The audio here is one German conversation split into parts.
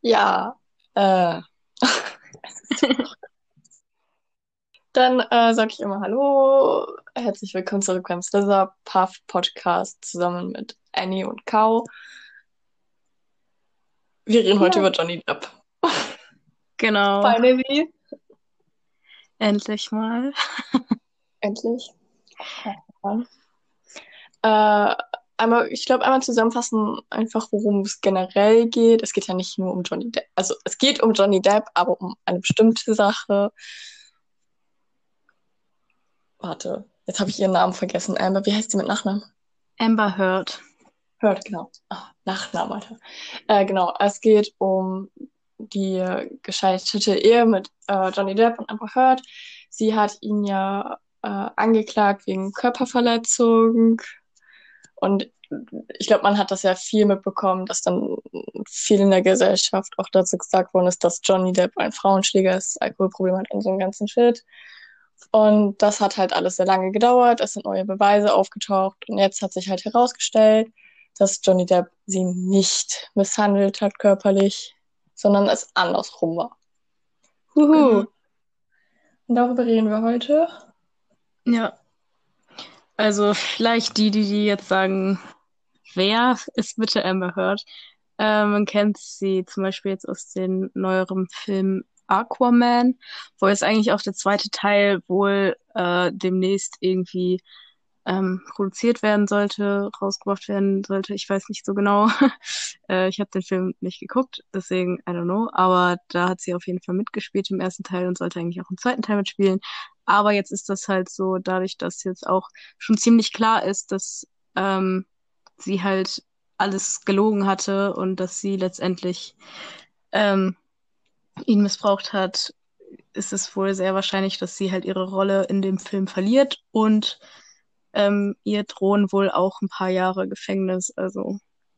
Ja, äh, dann sage ich immer Hallo, herzlich willkommen zurück beim Slither Puff Podcast zusammen mit Annie und Kau. Wir reden heute Ja, über Johnny Depp. genau. Finally. Endlich mal. Endlich. Äh, ich glaube, einmal zusammenfassen, einfach worum es generell geht. Es geht ja nicht nur um Johnny Depp. Also es geht um Johnny Depp, aber um eine bestimmte Sache. Warte, jetzt habe ich ihren Namen vergessen. Amber, wie heißt sie mit Nachnamen? Amber Heard. Heard, genau. Nachname, Alter. Genau, es geht um die gescheiterte Ehe mit Johnny Depp und Amber Heard. Sie hat ihn ja angeklagt wegen Körperverletzung und ich glaube, man hat das ja viel mitbekommen, dass dann viel in der Gesellschaft auch dazu gesagt worden ist, dass Johnny Depp ein Frauenschläger ist, Alkoholproblem hat und so einen ganzen Shit. Und das hat halt alles sehr lange gedauert. Es sind neue Beweise aufgetaucht. Und jetzt hat sich halt herausgestellt, dass Johnny Depp sie nicht misshandelt hat körperlich, sondern es andersrum war. Genau. Huhu. Und darüber reden wir heute. Ja, also vielleicht die jetzt sagen, wer ist bitte Amber Heard? Man kennt sie zum Beispiel jetzt aus den neueren Film Aquaman, wo jetzt eigentlich auch der zweite Teil wohl demnächst irgendwie produziert werden sollte, rausgebracht werden sollte. Ich weiß nicht so genau. Ich habe den Film nicht geguckt, deswegen I don't know. Aber da hat sie auf jeden Fall mitgespielt im ersten Teil und sollte eigentlich auch im zweiten Teil mitspielen. Aber jetzt ist das halt so, dadurch, dass jetzt auch schon ziemlich klar ist, dass sie halt alles gelogen hatte und dass sie letztendlich ähm, ihn missbraucht hat, ist es wohl sehr wahrscheinlich, dass sie halt ihre Rolle in dem Film verliert und ihr drohen wohl auch ein paar Jahre Gefängnis. Also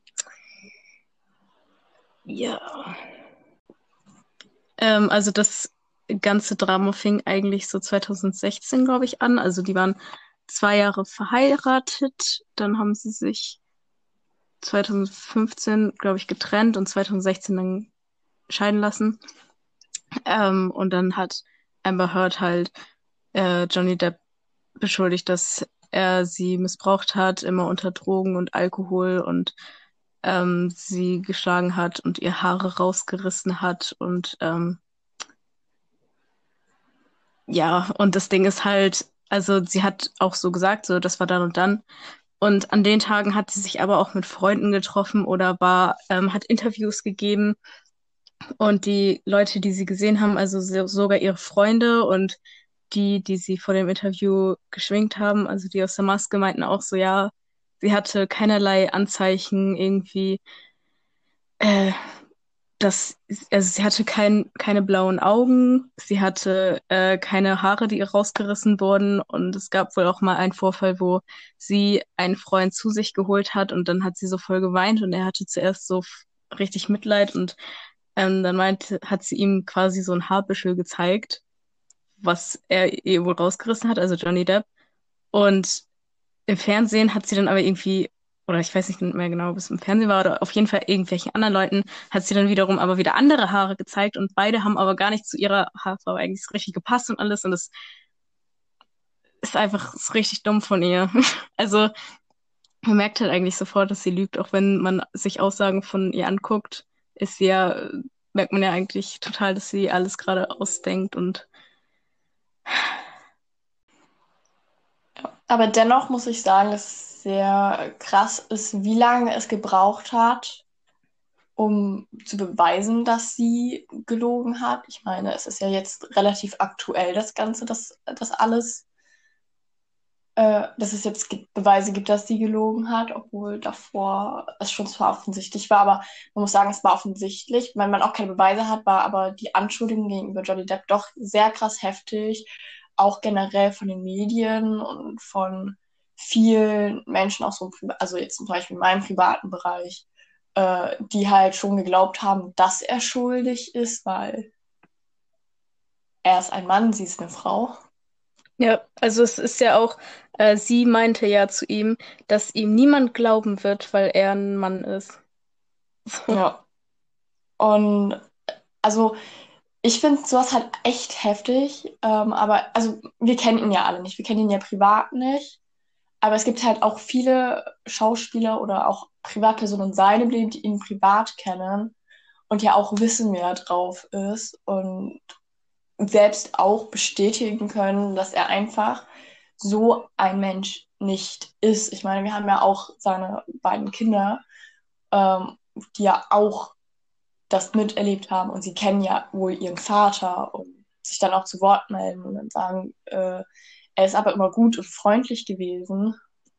ja. Also das ganze Drama fing eigentlich so 2016, glaube ich, an. Also die waren 2 Jahre verheiratet, dann haben sie sich 2015, glaube ich, getrennt und 2016 dann scheiden lassen. Und dann hat Amber Heard halt Johnny Depp beschuldigt, dass er sie missbraucht hat, immer unter Drogen und Alkohol und sie geschlagen hat und ihr Haare rausgerissen hat. Und ja, und das Ding ist halt, also sie hat auch so gesagt, so das war dann und dann. Und an den Tagen hat sie sich aber auch mit Freunden getroffen oder hat Interviews gegeben. Und die Leute, die sie gesehen haben, also sogar ihre Freunde und die sie vor dem Interview geschminkt haben, also die aus der Maske, meinten auch so, ja, sie hatte keinerlei Anzeichen irgendwie, äh, also sie hatte keine blauen Augen, sie hatte keine Haare, die ihr rausgerissen wurden und es gab wohl auch mal einen Vorfall, wo sie einen Freund zu sich geholt hat und dann hat sie so voll geweint und er hatte zuerst so richtig Mitleid und dann hat sie ihm quasi so ein Haarbüschel gezeigt, was er ihr wohl rausgerissen hat, also Johnny Depp. Und im Fernsehen hat sie dann aber irgendwie, oder ich weiß nicht mehr genau, ob es im Fernsehen war oder auf jeden Fall irgendwelchen anderen Leuten, hat sie dann wiederum aber wieder andere Haare gezeigt und beide haben aber gar nicht zu ihrer Haarfarbe eigentlich so richtig gepasst und alles und das ist richtig dumm von ihr. Also man merkt halt eigentlich sofort, dass sie lügt, auch wenn man sich Aussagen von ihr anguckt, ist sie ja, merkt man ja eigentlich total, dass sie alles gerade ausdenkt und Aber dennoch muss ich sagen, dass es sehr krass ist, wie lange es gebraucht hat, um zu beweisen, dass sie gelogen hat. Ich meine, es ist ja jetzt relativ aktuell, das Ganze, das alles, dass es jetzt Beweise gibt, dass sie gelogen hat, obwohl davor es schon zwar offensichtlich war, aber man muss sagen, es war offensichtlich. Wenn man auch keine Beweise hat, war aber die Anschuldigung gegenüber Johnny Depp doch sehr krass heftig, auch generell von den Medien und von vielen Menschen, auch so, also jetzt zum Beispiel in meinem privaten Bereich, die halt schon geglaubt haben, dass er schuldig ist, weil er ist ein Mann, sie ist eine Frau. ja, also es ist ja auch, sie meinte ja zu ihm, dass ihm niemand glauben wird, weil er ein Mann ist. So. Ja. Und also ich finde sowas halt echt heftig. Aber also wir kennen ihn ja alle nicht. Wir kennen ihn ja privat nicht. Aber es gibt halt auch viele Schauspieler oder auch Privatpersonen in seinem Leben, die ihn privat kennen und ja auch wissen, wer er drauf ist und selbst auch bestätigen können, dass er einfach so ein Mensch nicht ist. Ich meine, wir haben ja auch seine beiden Kinder, ähm, die ja auch das miterlebt haben und sie kennen ja wohl ihren Vater und sich dann auch zu Wort melden und dann sagen, er ist aber immer gut und freundlich gewesen.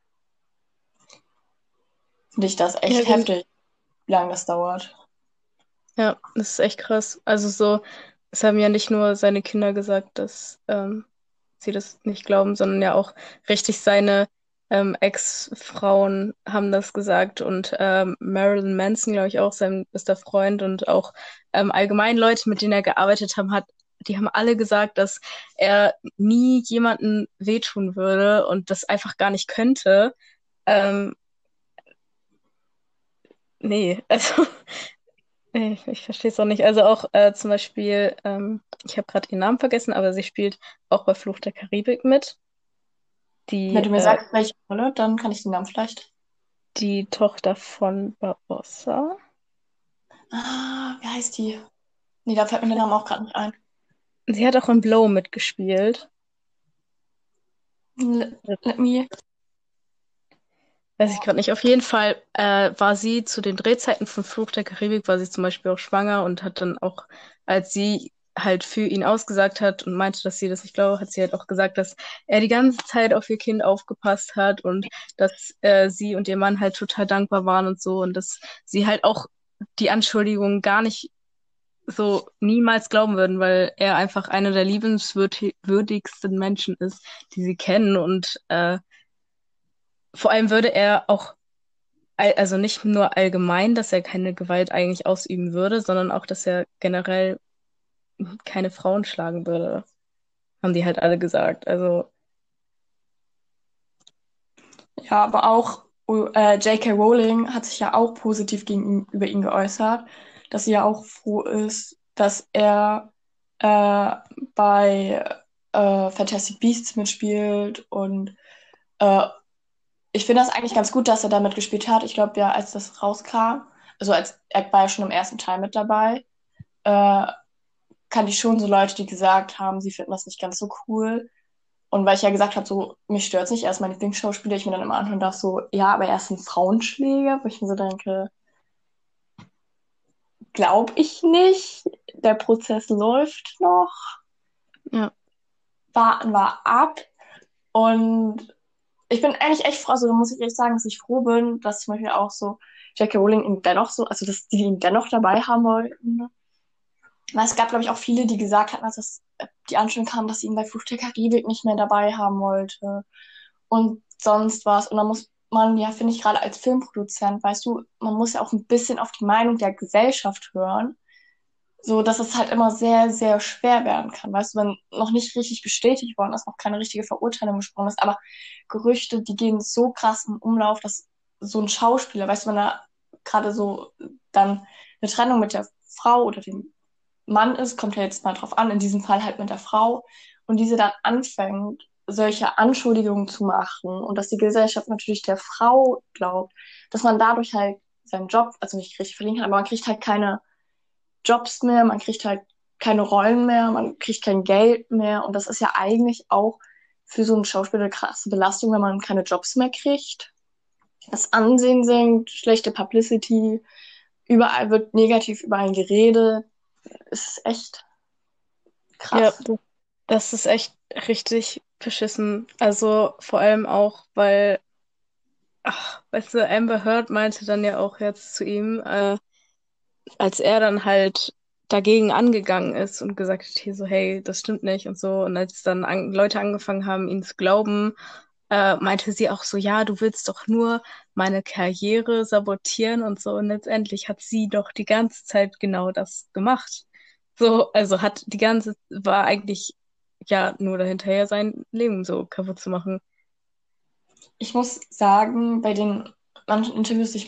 Finde ich das Ja, echt heftig, wie lange das dauert. ja, das ist echt krass. Also so, es haben ja nicht nur seine Kinder gesagt, dass sie das nicht glauben, sondern ja auch richtig seine Ex-Frauen haben das gesagt und Marilyn Manson, glaube ich, auch sein bester Freund und auch allgemein Leute, mit denen er gearbeitet hat, die haben alle gesagt, dass er nie jemanden wehtun würde und das einfach gar nicht könnte. Ähm, nee, also nee, ich verstehe es auch nicht. Also auch zum Beispiel, ich habe gerade ihren Namen vergessen, aber sie spielt auch bei Fluch der Karibik mit. Wenn Die, du mir sagst, welche Rolle, dann kann ich den Namen vielleicht. die Tochter von Barbossa. Ah, wie heißt die? Nee, da fällt mir der Name auch gerade nicht ein. Sie hat auch in Blow mitgespielt. Let me. Weiß ich gerade nicht. Auf jeden Fall war sie zu den Drehzeiten von Fluch der Karibik, war sie zum Beispiel auch schwanger und hat dann auch, als sie halt für ihn ausgesagt hat und meinte, dass sie das nicht glaube, hat sie halt auch gesagt, dass er die ganze Zeit auf ihr Kind aufgepasst hat und dass sie und ihr Mann halt total dankbar waren und so und dass sie halt auch die Anschuldigungen gar nicht so niemals glauben würden, weil er einfach einer der liebenswürdigsten Menschen ist, die sie kennen und vor allem würde er auch also nicht nur allgemein, dass er keine Gewalt eigentlich ausüben würde, sondern auch, dass er generell keine Frauen schlagen würde, haben die halt alle gesagt. Also, Ja, aber auch J.K. Rowling hat sich ja auch positiv gegenüber ihn geäußert, dass sie ja auch froh ist, dass er äh, bei Fantastic Beasts mitspielt und äh, ich finde das eigentlich ganz gut, dass er damit gespielt hat. Ich glaube ja, als das rauskam, also als er war ja schon im ersten Teil mit dabei, äh, kannte ich schon so Leute, die gesagt haben, sie finden das nicht ganz so cool. Und weil ich ja gesagt habe, so, mich stört's nicht, er ist mein Lieblingsschauspieler, ich mir dann immer anhören darf, so, ja, aber er ist ein Frauenschläger, wo ich mir so denke, glaube ich nicht. Der Prozess läuft noch, ja, warten wir ab. Und ich bin eigentlich echt froh, also da muss ich echt sagen, dass ich froh bin, dass zum Beispiel auch so J.K. Rowling ihn dennoch so, also dass die ihn dennoch dabei haben wollten. Weil es gab, glaube ich, auch viele, die gesagt hatten, als das, die Anschuldigung kam, dass sie ihn bei Fluch der Karibik nicht mehr dabei haben wollte und sonst was. Und da muss man ja, finde ich, gerade als Filmproduzent, weißt du, man muss ja auch ein bisschen auf die Meinung der Gesellschaft hören, so dass es halt immer sehr, sehr schwer werden kann. Weißt du, wenn noch nicht richtig bestätigt worden ist, noch keine richtige Verurteilung gesprochen ist, aber Gerüchte, die gehen so krass im Umlauf, dass so ein Schauspieler, weißt du, wenn er gerade so dann eine Trennung mit der Frau oder dem Mann ist, kommt ja jetzt mal drauf an, in diesem Fall halt mit der Frau, und diese dann anfängt, solche Anschuldigungen zu machen und dass die Gesellschaft natürlich der Frau glaubt, dass man dadurch halt seinen Job, also nicht richtig verlieren kann, aber man kriegt halt keine Jobs mehr, man kriegt halt keine Rollen mehr, man kriegt kein Geld mehr und das ist ja eigentlich auch für so einen Schauspieler eine krasse Belastung, wenn man keine Jobs mehr kriegt. Das Ansehen sinkt, schlechte Publicity, überall wird negativ über einen geredet. Es ist echt ja, krass. das ist echt richtig beschissen. Also vor allem auch, weil, ach, weißt du, Amber Heard meinte dann ja auch jetzt zu ihm, als er dann halt dagegen angegangen ist und gesagt hat, hier so, hey, das stimmt nicht und so. Und als dann Leute angefangen haben, ihn zu glauben, meinte sie auch so, ja, du willst doch nur meine Karriere sabotieren und so. Und letztendlich hat sie doch die ganze Zeit genau das gemacht. So, also war eigentlich ja nur dahinterher, sein Leben so kaputt zu machen. Ich muss sagen, bei den manchen Interviews, die ich mir auch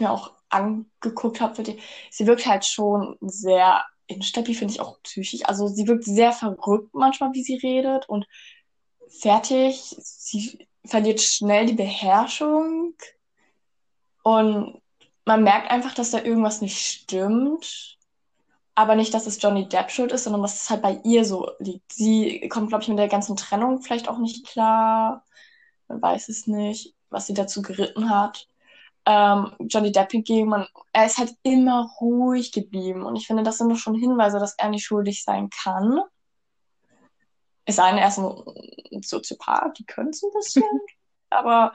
angeguckt habe, sie wirkt halt schon sehr instabil, finde ich auch psychisch. Also sie wirkt sehr verrückt manchmal, wie sie redet und fertig. Sie verliert schnell die Beherrschung und man merkt einfach, dass da irgendwas nicht stimmt. Aber nicht, dass es Johnny Depp schuld ist, sondern dass es halt bei ihr so liegt. Sie kommt, glaube ich, mit der ganzen Trennung vielleicht auch nicht klar. Man weiß es nicht, was sie dazu geritten hat. Johnny Depp hingegen, er ist halt immer ruhig geblieben. Und ich finde, das sind doch schon Hinweise, dass er nicht schuldig sein kann. Es sei denn, er ist ein Soziopath, die können es ein bisschen. Aber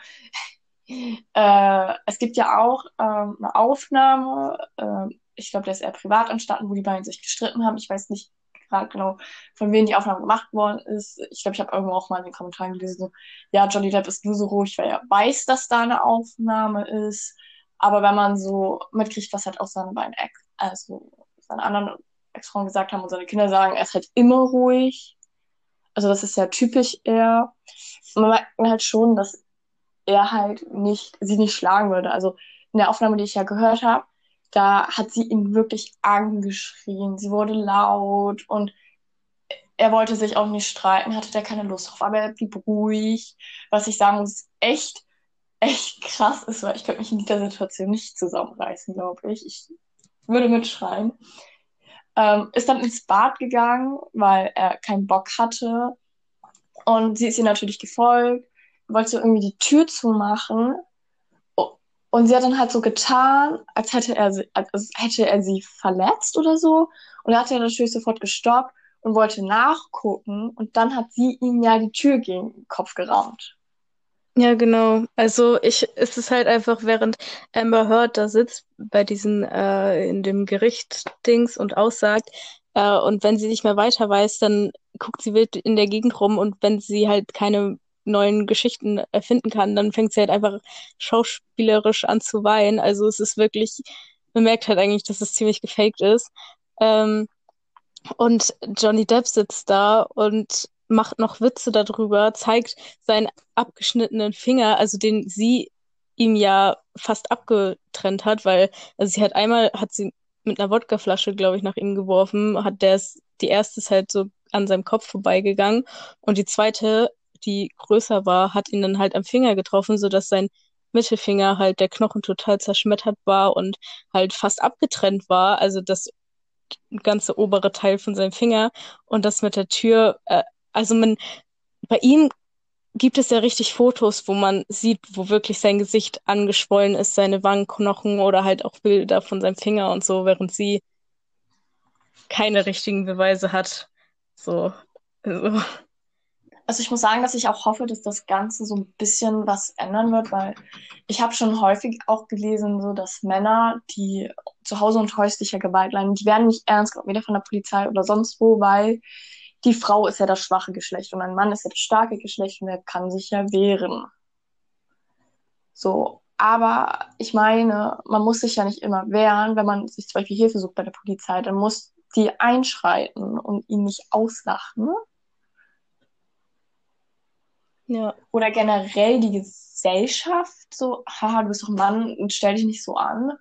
es gibt ja auch eine Aufnahme, ich glaube, der ist eher privat entstanden, wo die beiden sich gestritten haben. Ich weiß nicht gerade genau, von wem die Aufnahme gemacht worden ist. Ich glaube, ich habe irgendwo auch mal in den Kommentaren gelesen, so, ja, Johnny Depp ist nur so ruhig, weil er weiß, dass da eine Aufnahme ist. Aber wenn man so mitkriegt, was halt auch seine beiden also seine anderen Ex-Frauen gesagt haben und seine Kinder sagen, er ist halt immer ruhig. Also das ist ja typisch er. Und man merkt halt schon, dass er halt sie nicht schlagen würde. Also in der Aufnahme, die ich ja gehört habe, da hat sie ihn wirklich angeschrien. Sie wurde laut und er wollte sich auch nicht streiten, hatte da keine Lust drauf, aber er blieb ruhig. Was ich sagen muss, echt krass ist, weil ich könnte mich in dieser Situation nicht zusammenreißen, glaube ich. Ich würde mitschreien. Ist dann ins Bad gegangen, weil er keinen Bock hatte. Und sie ist ihr natürlich gefolgt, wollte irgendwie die Tür zumachen. Und sie hat dann halt so getan, als hätte er sie verletzt oder so. Und da hat er natürlich sofort gestoppt und wollte nachgucken. Und dann hat sie ihm ja die Tür gegen den Kopf gerammt. Ja, genau. Also es ist halt einfach, während Amber Heard da sitzt bei diesen in dem Gericht Dings und aussagt, und wenn sie nicht mehr weiter weiß, dann guckt sie wild in der Gegend rum und wenn sie halt keine neuen Geschichten erfinden kann, dann fängt sie halt einfach schauspielerisch an zu weinen. Also es ist wirklich, man merkt halt eigentlich, dass es ziemlich gefaked ist. Ähm, und Johnny Depp sitzt da und macht noch Witze darüber, zeigt seinen abgeschnittenen Finger, also den sie ihm ja fast abgetrennt hat, weil, also sie hat einmal, hat sie mit einer Wodkaflasche, glaube ich, nach ihm geworfen, die erste ist halt so an seinem Kopf vorbeigegangen und die zweite, die größer war, hat ihn dann halt am Finger getroffen, sodass sein Mittelfinger halt der Knochen total zerschmettert war und halt fast abgetrennt war. Also das ganze obere Teil von seinem Finger und das mit der Tür, also bei ihm gibt es ja richtig Fotos, wo man sieht, wo wirklich sein Gesicht angeschwollen ist, seine Wangenknochen oder halt auch Bilder von seinem Finger und so, während sie keine richtigen Beweise hat. So, also, Also ich muss sagen, dass ich auch hoffe, dass das Ganze so ein bisschen was ändern wird, weil ich habe schon häufig auch gelesen, so dass Männer, die zu Hause unter häuslicher Gewalt leiden, die werden nicht ernst genommen, weder von der Polizei oder sonst wo, weil die Frau ist ja das schwache Geschlecht und ein Mann ist ja das starke Geschlecht und er kann sich ja wehren. So, aber ich meine, man muss sich ja nicht immer wehren, wenn man sich zum Beispiel Hilfe sucht bei der Polizei, dann muss die einschreiten und ihn nicht auslachen. ja. Oder generell die Gesellschaft, so, haha, du bist doch ein Mann und stell dich nicht so an.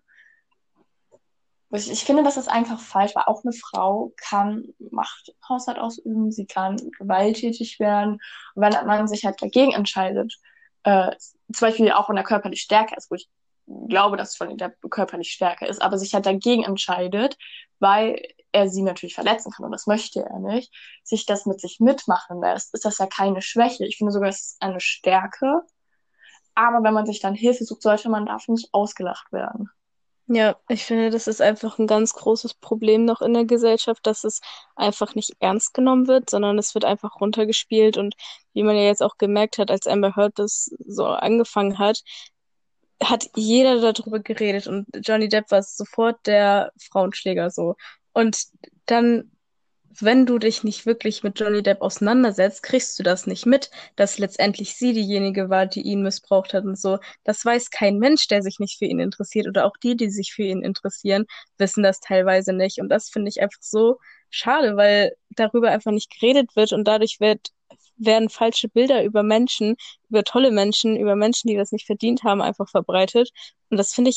Ich finde, das ist einfach falsch, weil auch eine Frau kann Macht im Haushalt ausüben, sie kann gewalttätig werden. Und wenn man sich halt dagegen entscheidet, zum Beispiel auch wenn er körperlich stärker ist, wo ich glaube, dass Johnny Depp körperlich stärker ist, aber sich halt dagegen entscheidet, weil er sie natürlich verletzen kann und das möchte er nicht, sich das mit sich mitmachen lässt, ist das ja keine Schwäche. Ich finde sogar, es ist eine Stärke. Aber wenn man sich dann Hilfe sucht, sollte man dafür nicht ausgelacht werden. Ja, ich finde, das ist einfach ein ganz großes Problem noch in der Gesellschaft, dass es einfach nicht ernst genommen wird, sondern es wird einfach runtergespielt. Und wie man ja jetzt auch gemerkt hat, als Amber Heard das so angefangen hat, hat jeder darüber geredet und Johnny Depp war sofort der Frauenschläger so. Und dann, wenn du dich nicht wirklich mit Johnny Depp auseinandersetzt, kriegst du das nicht mit, dass letztendlich sie diejenige war, die ihn missbraucht hat und so. Das weiß kein Mensch, der sich nicht für ihn interessiert oder auch die, die sich für ihn interessieren, wissen das teilweise nicht. Und das finde ich einfach so schade, weil darüber einfach nicht geredet wird und dadurch werden falsche Bilder über Menschen, über tolle Menschen, über Menschen, die das nicht verdient haben, einfach verbreitet. Und das finde ich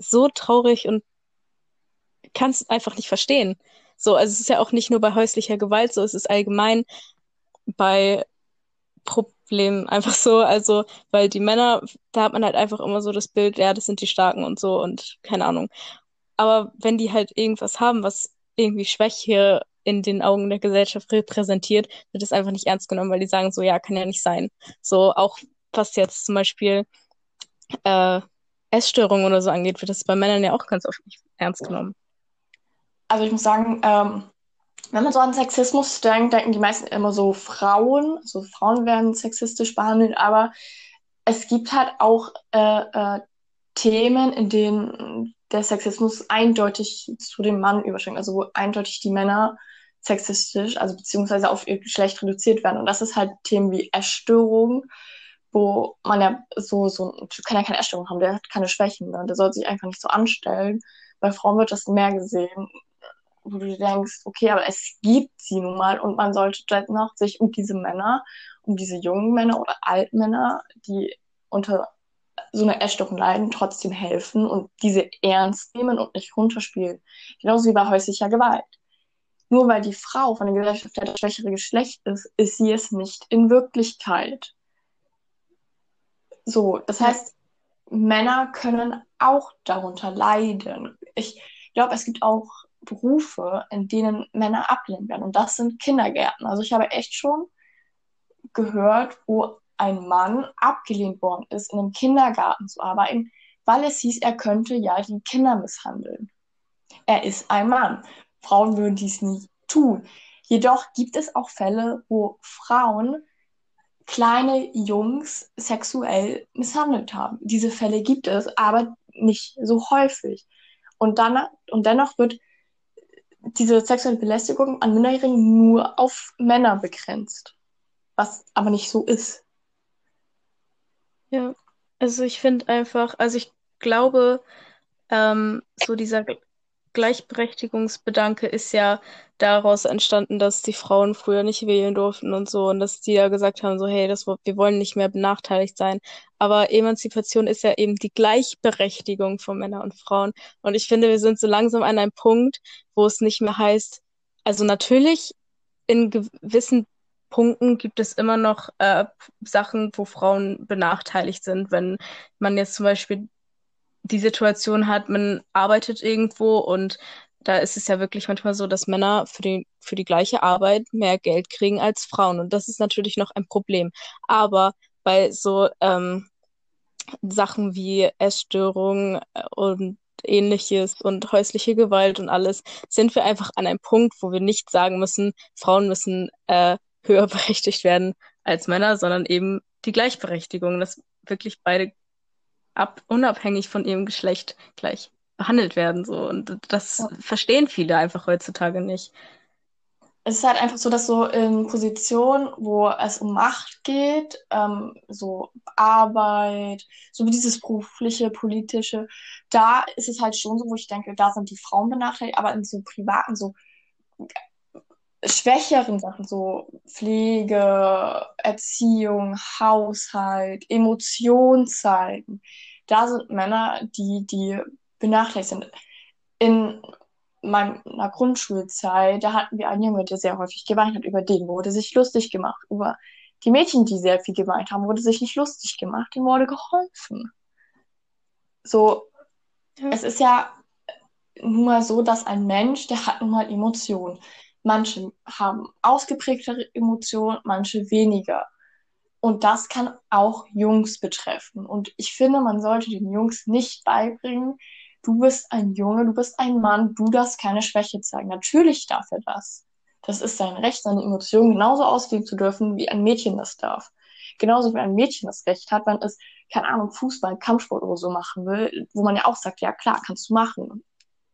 so traurig und kann es einfach nicht verstehen. So, also es ist ja auch nicht nur bei häuslicher Gewalt so, es ist allgemein bei Problemen einfach so, also weil die Männer, da hat man halt einfach immer so das Bild, ja, das sind die Starken und so und keine Ahnung. Aber wenn die halt irgendwas haben, was irgendwie Schwäche in den Augen der Gesellschaft repräsentiert, wird es einfach nicht ernst genommen, weil die sagen so, ja, kann ja nicht sein. So auch was jetzt zum Beispiel äh, Essstörungen oder so angeht, wird das bei Männern ja auch ganz oft nicht ernst genommen. Also ich muss sagen, wenn man so an Sexismus denkt, denken die meisten immer so Frauen, also Frauen werden sexistisch behandelt, aber es gibt halt auch Themen, in denen der Sexismus eindeutig zu dem Mann überschwingt, also wo eindeutig die Männer sexistisch, also beziehungsweise auf ihr Geschlecht reduziert werden. Und das ist halt Themen wie Essstörungen, wo man ja so ein Typ kann ja keine Essstörung haben, der hat keine Schwächen, ne? Der soll sich einfach nicht so anstellen. Bei Frauen wird das mehr gesehen, wo du dir denkst, okay, aber es gibt sie nun mal und man sollte dennoch sich um diese Männer, um diese jungen Männer oder Altmänner, die unter so einer Essstörung leiden, trotzdem helfen und diese ernst nehmen und nicht runterspielen. Genauso wie bei häuslicher Gewalt. Nur weil die Frau von der Gesellschaft her das schwächere Geschlecht ist, ist sie es nicht in Wirklichkeit. So, das Ja, heißt, Männer können auch darunter leiden. Ich glaube, es gibt auch Berufe, in denen Männer abgelehnt werden. Und das sind Kindergärten. Also ich habe echt schon gehört, wo ein Mann abgelehnt worden ist, in einem Kindergarten zu arbeiten, weil es hieß, er könnte ja die Kinder misshandeln. Er ist ein Mann. Frauen würden dies nie tun. Jedoch gibt es auch Fälle, wo Frauen kleine Jungs sexuell misshandelt haben. Diese Fälle gibt es, aber nicht so häufig. Und dennoch wird diese sexuelle Belästigung an Minderjährigen nur auf Männer begrenzt, was aber nicht so ist. ja. Also ich finde einfach, also ich glaube, so dieser Gleichberechtigungsbedanke ist ja daraus entstanden, dass die Frauen früher nicht wählen durften und so und dass die ja gesagt haben, so hey, wir wollen nicht mehr benachteiligt sein. Aber Emanzipation ist ja eben die Gleichberechtigung von Männern und Frauen. Und ich finde, wir sind so langsam an einem Punkt, wo es nicht mehr heißt, also natürlich in gewissen Punkten gibt es immer noch Sachen, wo Frauen benachteiligt sind. Wenn man jetzt zum Beispiel die Situation hat, man arbeitet irgendwo und da ist es ja wirklich manchmal so, dass Männer für die gleiche Arbeit mehr Geld kriegen als Frauen. Und das ist natürlich noch ein Problem. Aber bei so Sachen wie Essstörungen und ähnliches und häusliche Gewalt und alles, sind wir einfach an einem Punkt, wo wir nicht sagen müssen, Frauen müssen höher berechtigt werden als Männer, sondern eben die Gleichberechtigung, dass wirklich beide unabhängig von ihrem Geschlecht gleich behandelt werden, so. Und das verstehen viele einfach heutzutage nicht. Es ist halt einfach so, dass so in Positionen, wo es um Macht geht, so Arbeit, so wie dieses berufliche, politische, da ist es halt schon so, wo ich denke, da sind die Frauen benachteiligt, aber in so privaten, so schwächeren Sachen, so Pflege, Erziehung, Haushalt, Emotion zeigen, da sind Männer, die benachteiligt sind. In meiner Grundschulzeit, da hatten wir einen Junge, der sehr häufig geweint hat. Über den wurde sich lustig gemacht. Über die Mädchen, die sehr viel geweint haben, wurde sich nicht lustig gemacht. Denen wurde geholfen. So, Ja, es ist ja nun mal so, dass ein Mensch, der hat nun mal Emotionen. Manche haben ausgeprägtere Emotionen, manche weniger. Und das kann auch Jungs betreffen. Und ich finde, man sollte den Jungs nicht beibringen, du bist ein Junge, du bist ein Mann, du darfst keine Schwäche zeigen. Natürlich darf er das. Das ist sein Recht, seine Emotionen genauso ausleben zu dürfen, wie ein Mädchen das darf. Genauso wie ein Mädchen das Recht hat, wenn es, keine Ahnung, Fußball, Kampfsport oder so machen will, wo man ja auch sagt, ja klar, kannst du machen.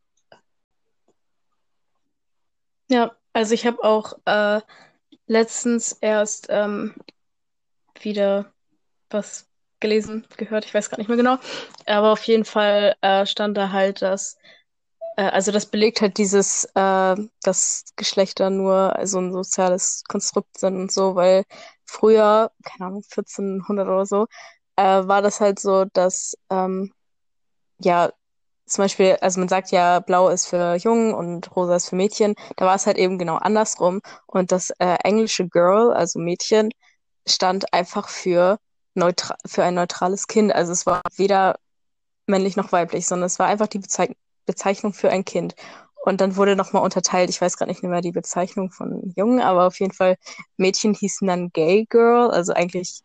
ja, also ich habe auch letztens erst wieder was gelesen, gehört, ich weiß gar nicht mehr genau. Aber auf jeden Fall stand da halt, dass, also das belegt halt dass Geschlechter nur so ein soziales Konstrukt sind und so, weil früher, keine Ahnung, 1400 oder so, war das halt so, dass ja, zum Beispiel, also man sagt ja, blau ist für Jungen und rosa ist für Mädchen. Da war es halt eben genau andersrum. Und das englische Girl, also Mädchen, stand einfach für ein neutrales Kind. Also es war weder männlich noch weiblich, sondern es war einfach die Bezeichnung für ein Kind. Und dann wurde nochmal unterteilt, ich weiß gerade nicht mehr die Bezeichnung von Jungen, aber auf jeden Fall Mädchen hießen dann Gay Girl, also eigentlich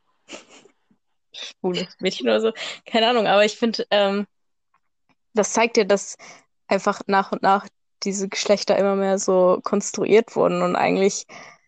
schwules Mädchen oder so. Keine Ahnung, aber ich finde, das zeigt ja, dass einfach nach und nach diese Geschlechter immer mehr so konstruiert wurden und eigentlich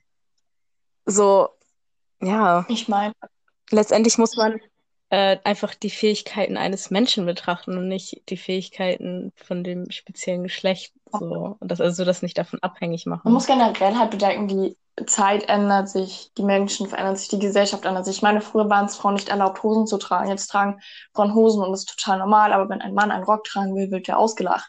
so, ja, Ich meine, letztendlich muss man einfach die Fähigkeiten eines Menschen betrachten und nicht die Fähigkeiten von dem speziellen Geschlecht so und das nicht davon abhängig man muss machen. generell halt bedenken, die Zeit ändert sich, die Menschen verändern sich, die Gesellschaft ändert sich. Ich meine, früher waren es Frauen nicht erlaubt, Hosen zu tragen. Jetzt tragen Frauen Hosen und das ist total normal. Aber wenn ein Mann einen Rock tragen will, wird er ausgelacht.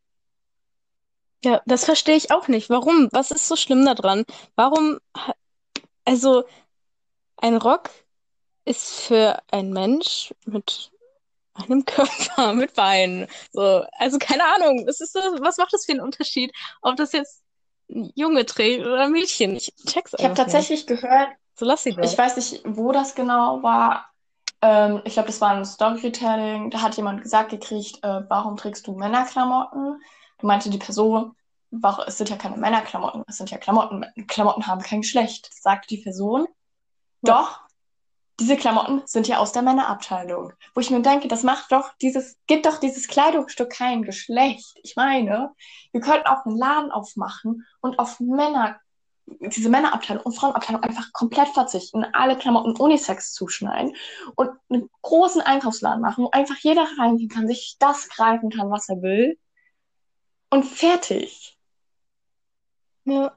Ja, das verstehe ich auch nicht. Warum? Was ist so schlimm daran? Warum, also ein Rock ist für einen Mensch mit einem Körper, mit Beinen. So, also keine Ahnung. Was macht das für einen Unterschied, ob das jetzt ein Junge trägt oder ein Mädchen? Ich check's Ich habe einfach nicht. tatsächlich gehört, So lass sie ich doch. weiß nicht, wo das genau war. Ich glaube, das war ein Storytelling. Da hat jemand gesagt gekriegt, warum trägst du Männerklamotten? Da meinte die Person, warum, es sind ja keine Männerklamotten, es sind ja Klamotten. Klamotten haben kein Geschlecht. Das sagte die Person. Ja. Doch, diese Klamotten sind ja aus der Männerabteilung. Wo ich mir denke, gibt doch dieses Kleidungsstück kein Geschlecht. Ich meine, wir könnten auch einen Laden aufmachen und auf diese Männerabteilung und Frauenabteilung einfach komplett verzichten, alle Klamotten Unisex zuschneiden und einen großen Einkaufsladen machen, wo einfach jeder reingehen kann, sich das greifen kann, was er will und fertig. Ja.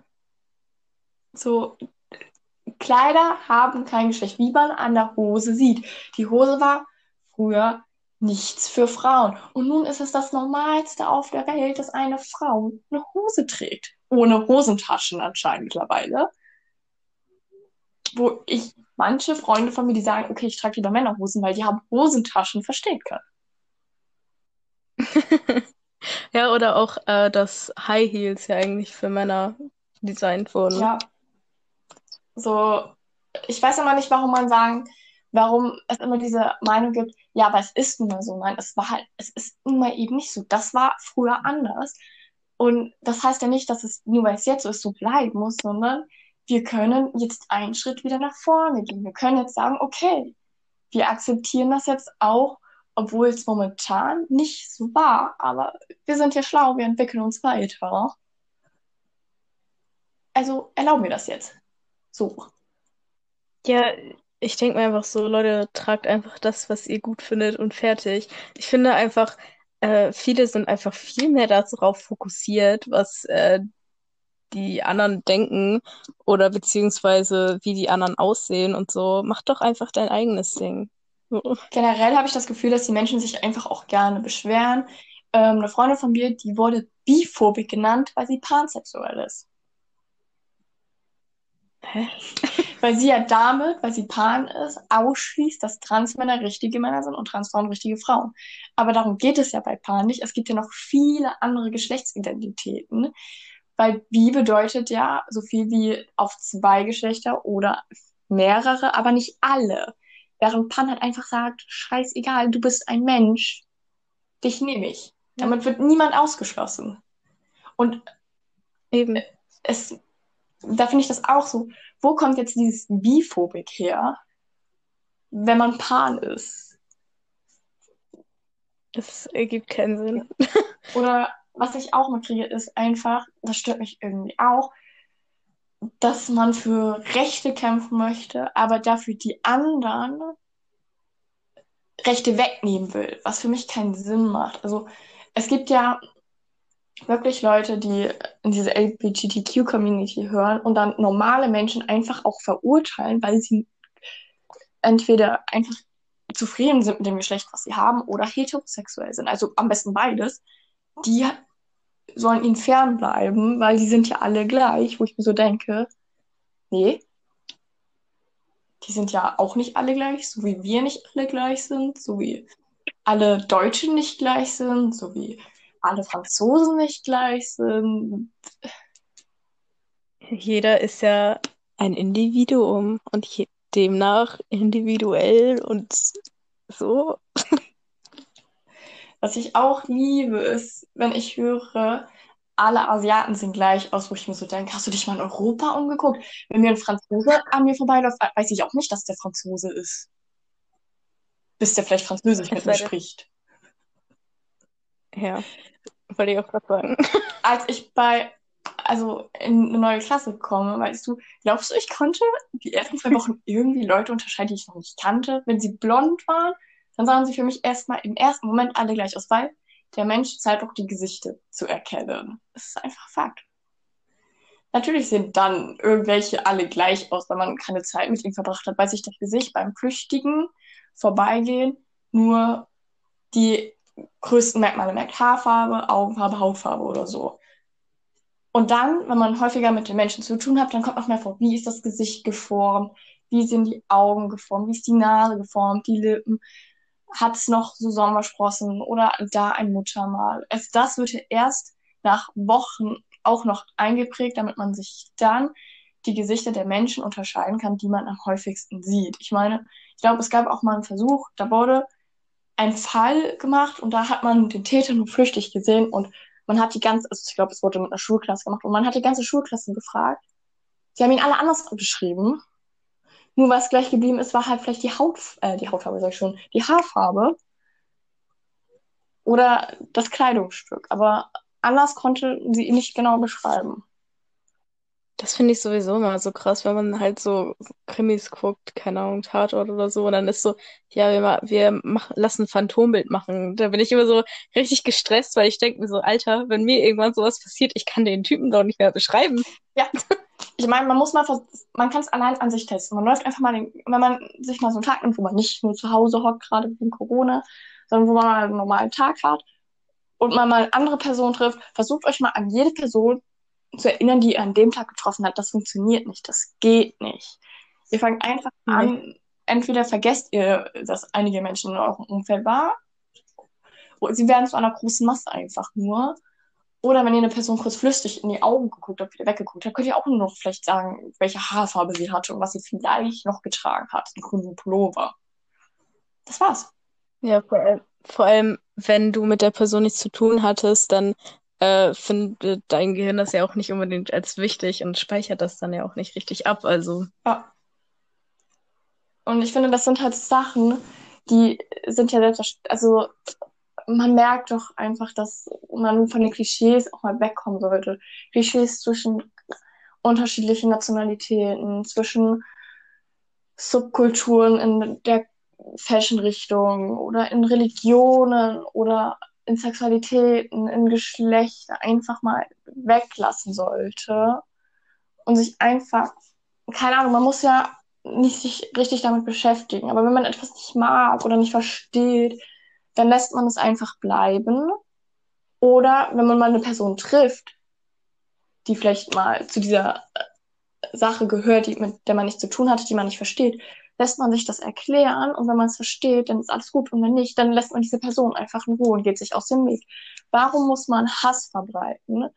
So, Kleider haben kein Geschlecht, wie man an der Hose sieht. Die Hose war früher nichts für Frauen. Und nun ist es das Normalste auf der Welt, dass eine Frau eine Hose trägt. Ohne Hosentaschen anscheinend mittlerweile. Wo ich manche Freunde von mir, die sagen, okay, ich trage lieber Männerhosen, weil die haben Hosentaschen, verstehen kann. Ja, oder auch, dass High Heels ja eigentlich für Männer designt wurden. Ja, so, ich weiß aber nicht, warum es immer diese Meinung gibt, ja, aber es ist nun mal so. Nein, es ist nun mal eben nicht so. Das war früher anders. Und das heißt ja nicht, dass es nur weil es jetzt so ist, so bleiben muss, sondern wir können jetzt einen Schritt wieder nach vorne gehen. Wir können jetzt sagen, okay, wir akzeptieren das jetzt auch, obwohl es momentan nicht so war. Aber wir sind ja schlau, wir entwickeln uns weiter. Also erlauben wir das jetzt. So. Ja, ich denke mir einfach so, Leute, tragt einfach das, was ihr gut findet und fertig. Ich finde einfach, viele sind einfach viel mehr darauf fokussiert, was die anderen denken oder beziehungsweise wie die anderen aussehen und so. Mach doch einfach dein eigenes Ding. So. Generell habe ich das Gefühl, dass die Menschen sich einfach auch gerne beschweren. Eine Freundin von mir, die wurde biphobik genannt, weil sie pansexuell ist. Hä? Weil sie ja damit, weil sie pan ist, ausschließt, dass Transmänner richtige Männer sind und Transfrauen richtige Frauen. Aber darum geht es ja bei pan nicht. Es gibt ja noch viele andere Geschlechtsidentitäten, weil bi bedeutet ja so viel wie auf zwei Geschlechter oder mehrere, aber nicht alle. Während pan halt einfach sagt, scheißegal, du bist ein Mensch, dich nehme ich. Ja, Damit wird niemand ausgeschlossen. Und eben. es, da finde ich das auch so, wo kommt jetzt dieses Biphobik her, wenn man Pan ist? Das ergibt keinen Sinn. Oder was ich auch mitkriege, ist einfach, das stört mich irgendwie auch, dass man für Rechte kämpfen möchte, aber dafür die anderen Rechte wegnehmen will, was für mich keinen Sinn macht. Also es gibt ja wirklich Leute, die in diese LGBTQ-Community hören und dann normale Menschen einfach auch verurteilen, weil sie entweder einfach zufrieden sind mit dem Geschlecht, was sie haben, oder heterosexuell sind. Also am besten beides. Die sollen ihnen fernbleiben, weil die sind ja alle gleich, wo ich mir so denke, nee, die sind ja auch nicht alle gleich, so wie wir nicht alle gleich sind, so wie alle Deutschen nicht gleich sind, so wie alle Franzosen nicht gleich sind. Jeder ist ja ein Individuum und demnach individuell und so. Was ich auch liebe, ist, wenn ich höre, alle Asiaten sehen gleich aus, wo ich mir so denke, hast du dich mal in Europa umgeguckt? Wenn mir ein Franzose an mir vorbeiläuft, weiß ich auch nicht, dass der Franzose ist, bis der vielleicht Französisch Es mit mir sei denn, spricht. ja, wollte ich auch gerade sagen. Als ich also in eine neue Klasse komme, weißt du, glaubst du, ich konnte die ersten 2 Wochen irgendwie Leute unterscheiden, die ich noch nicht kannte? Wenn sie blond waren, dann sahen sie für mich erstmal im ersten Moment alle gleich aus, weil der Mensch zeigt auch die Gesichter zu erkennen. Das ist einfach Fakt. Natürlich sehen dann irgendwelche alle gleich aus, weil man keine Zeit mit ihnen verbracht hat, weil sich das Gesicht beim Flüchtigen vorbeigehen nur die größten Merkmale merkt. Haarfarbe, Augenfarbe, Hautfarbe oder so. Und dann, wenn man häufiger mit den Menschen zu tun hat, dann kommt noch mehr vor, wie ist das Gesicht geformt, wie sind die Augen geformt, wie ist die Nase geformt, die Lippen, hat es noch so Sommersprossen oder da ein Muttermal. Das wird ja erst nach Wochen auch noch eingeprägt, damit man sich dann die Gesichter der Menschen unterscheiden kann, die man am häufigsten sieht. Ich meine, ich glaube, es gab auch mal einen Versuch, da wurde ein Fall gemacht und da hat man den Täter nur flüchtig gesehen und man hat die ganze, also ich glaube, es wurde mit einer Schulklasse gemacht und man hat die ganze Schulklasse gefragt. Sie haben ihn alle anders beschrieben. Nur was gleich geblieben ist, war halt vielleicht die Hautfarbe, sag ich schon, die Haarfarbe oder das Kleidungsstück. Aber anders konnte sie ihn nicht genau beschreiben. Das finde ich sowieso immer so krass, wenn man halt so Krimis guckt, keine Ahnung, Tatort oder so, und dann ist so, ja, lassen ein Phantombild machen. Da bin ich immer so richtig gestresst, weil ich denke mir so, Alter, wenn mir irgendwann sowas passiert, ich kann den Typen doch nicht mehr beschreiben. Ja, ich meine, man kann es allein an sich testen. Man läuft einfach mal, wenn man sich mal so einen Tag nimmt, wo man nicht nur zu Hause hockt, gerade wegen Corona, sondern wo man mal einen normalen Tag hat und man mal eine andere Person trifft, versucht euch mal an jede Person zu erinnern, die ihr an dem Tag getroffen hat. Das funktioniert nicht, das geht nicht. Ihr fangt einfach Nee. an, entweder vergesst ihr, dass einige Menschen in eurem Umfeld waren, oder sie werden zu einer großen Masse einfach nur. Oder wenn ihr eine Person kurz flüchtig in die Augen geguckt habt, wieder weggeguckt habt, könnt ihr auch nur noch vielleicht sagen, welche Haarfarbe sie hatte und was sie vielleicht noch getragen hat. Einen grünen Pullover. Das war's. Ja, vor allem, wenn du mit der Person nichts zu tun hattest, dann findet dein Gehirn das ja auch nicht unbedingt als wichtig und speichert das dann ja auch nicht richtig ab. Also, Ja. Und ich finde, das sind halt Sachen, die sind ja selbstverständlich, also man merkt doch einfach, dass man von den Klischees auch mal wegkommen sollte. Klischees zwischen unterschiedlichen Nationalitäten, zwischen Subkulturen in der Fashion-Richtung oder in Religionen oder in Sexualitäten, in Geschlechter einfach mal weglassen sollte und sich einfach, keine Ahnung, man muss ja nicht sich richtig damit beschäftigen, aber wenn man etwas nicht mag oder nicht versteht, dann lässt man es einfach bleiben. Oder wenn man mal eine Person trifft, die vielleicht mal zu dieser Sache gehört, mit der man nichts zu tun hatte, die man nicht versteht, lässt man sich das erklären und wenn man es versteht, dann ist alles gut und wenn nicht, dann lässt man diese Person einfach in Ruhe und geht sich aus dem Weg. Warum muss man Hass verbreiten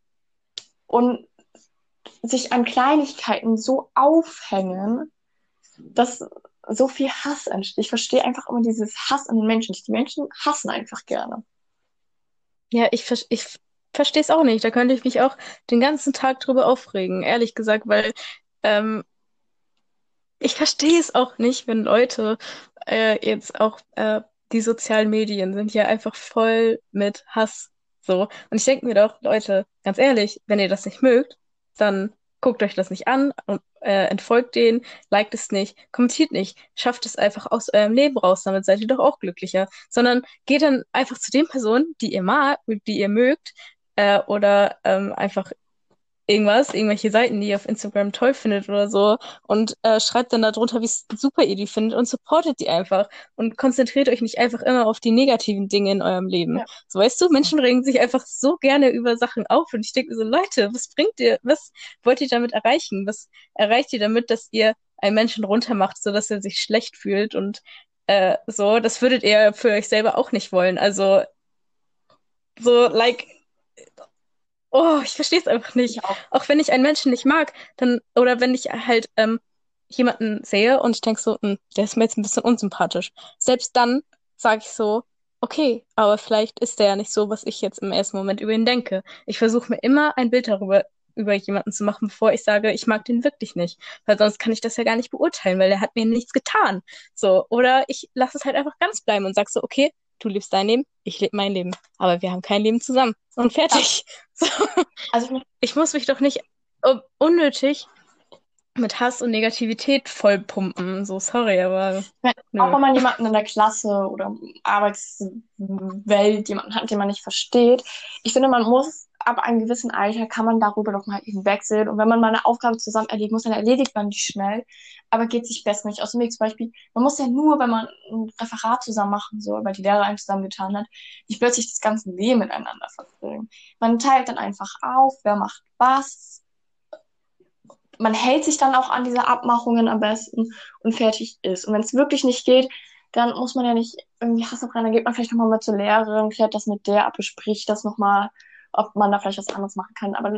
und sich an Kleinigkeiten so aufhängen, dass so viel Hass entsteht? Ich verstehe einfach immer dieses Hass an den Menschen nicht. Die Menschen hassen einfach gerne. ja, ich verstehe es auch nicht. Da könnte ich mich auch den ganzen Tag drüber aufregen, ehrlich gesagt, weil ähm, ich verstehe es auch nicht, wenn Leute jetzt auch die sozialen Medien sind ja einfach voll mit Hass. So. Und ich denke mir doch, Leute, ganz ehrlich, wenn ihr das nicht mögt, dann guckt euch das nicht an und entfolgt denen, liked es nicht, kommentiert nicht, schafft es einfach aus eurem Leben raus, damit seid ihr doch auch glücklicher. Sondern geht dann einfach zu den Personen, die ihr mag, die ihr mögt, oder einfach irgendwelche Seiten, die ihr auf Instagram toll findet oder so und schreibt dann darunter, wie super ihr die findet und supportet die einfach und konzentriert euch nicht einfach immer auf die negativen Dinge in eurem Leben. Ja. So, weißt du, Menschen regen sich einfach so gerne über Sachen auf und ich denke mir so, Leute, was wollt ihr damit erreichen? Was erreicht ihr damit, dass ihr einen Menschen runtermacht, sodass er sich schlecht fühlt und So, das würdet ihr für euch selber auch nicht wollen. Also, so, like, oh, ich verstehe es einfach nicht. Ich auch. Auch wenn ich einen Menschen nicht mag, dann, oder wenn ich halt jemanden sehe und ich denke so, der ist mir jetzt ein bisschen unsympathisch. Selbst dann sage ich so, okay, aber vielleicht ist der ja nicht so, was ich jetzt im ersten Moment über ihn denke. Ich versuche mir immer ein Bild darüber über jemanden zu machen, bevor ich sage, ich mag den wirklich nicht. Weil sonst kann ich das ja gar nicht beurteilen, weil er hat mir nichts getan. So, oder ich lasse es halt einfach ganz bleiben und sag so, okay, du lebst dein Leben, ich lebe mein Leben. Aber wir haben kein Leben zusammen. Und Ja, fertig. So. also ich meine, Ich muss mich doch nicht unnötig mit Hass und Negativität vollpumpen. So, sorry, aber auch nö. wenn man jemanden in der Klasse oder Arbeitswelt jemanden hat, den man nicht versteht, ich finde, man muss ab einem gewissen Alter kann man darüber doch mal hinwegsehen. Und wenn man mal eine Aufgabe zusammen erledigen muss, dann erledigt man die schnell, aber geht sich bestmöglich aus dem Weg. Zum Beispiel, man muss ja nur, wenn man ein Referat zusammen machen soll, weil die Lehrer einen zusammengetan hat, nicht plötzlich das ganze Leben miteinander verbringen. Man teilt dann einfach auf, wer macht was, man hält sich dann auch an diese Abmachungen am besten und fertig ist. Und wenn es wirklich nicht geht, dann muss man ja nicht irgendwie Hass aufrennen, dann geht man vielleicht nochmal mit zur Lehrerin, klärt das mit der ab, bespricht das nochmal, ob man da vielleicht was anderes machen kann. Aber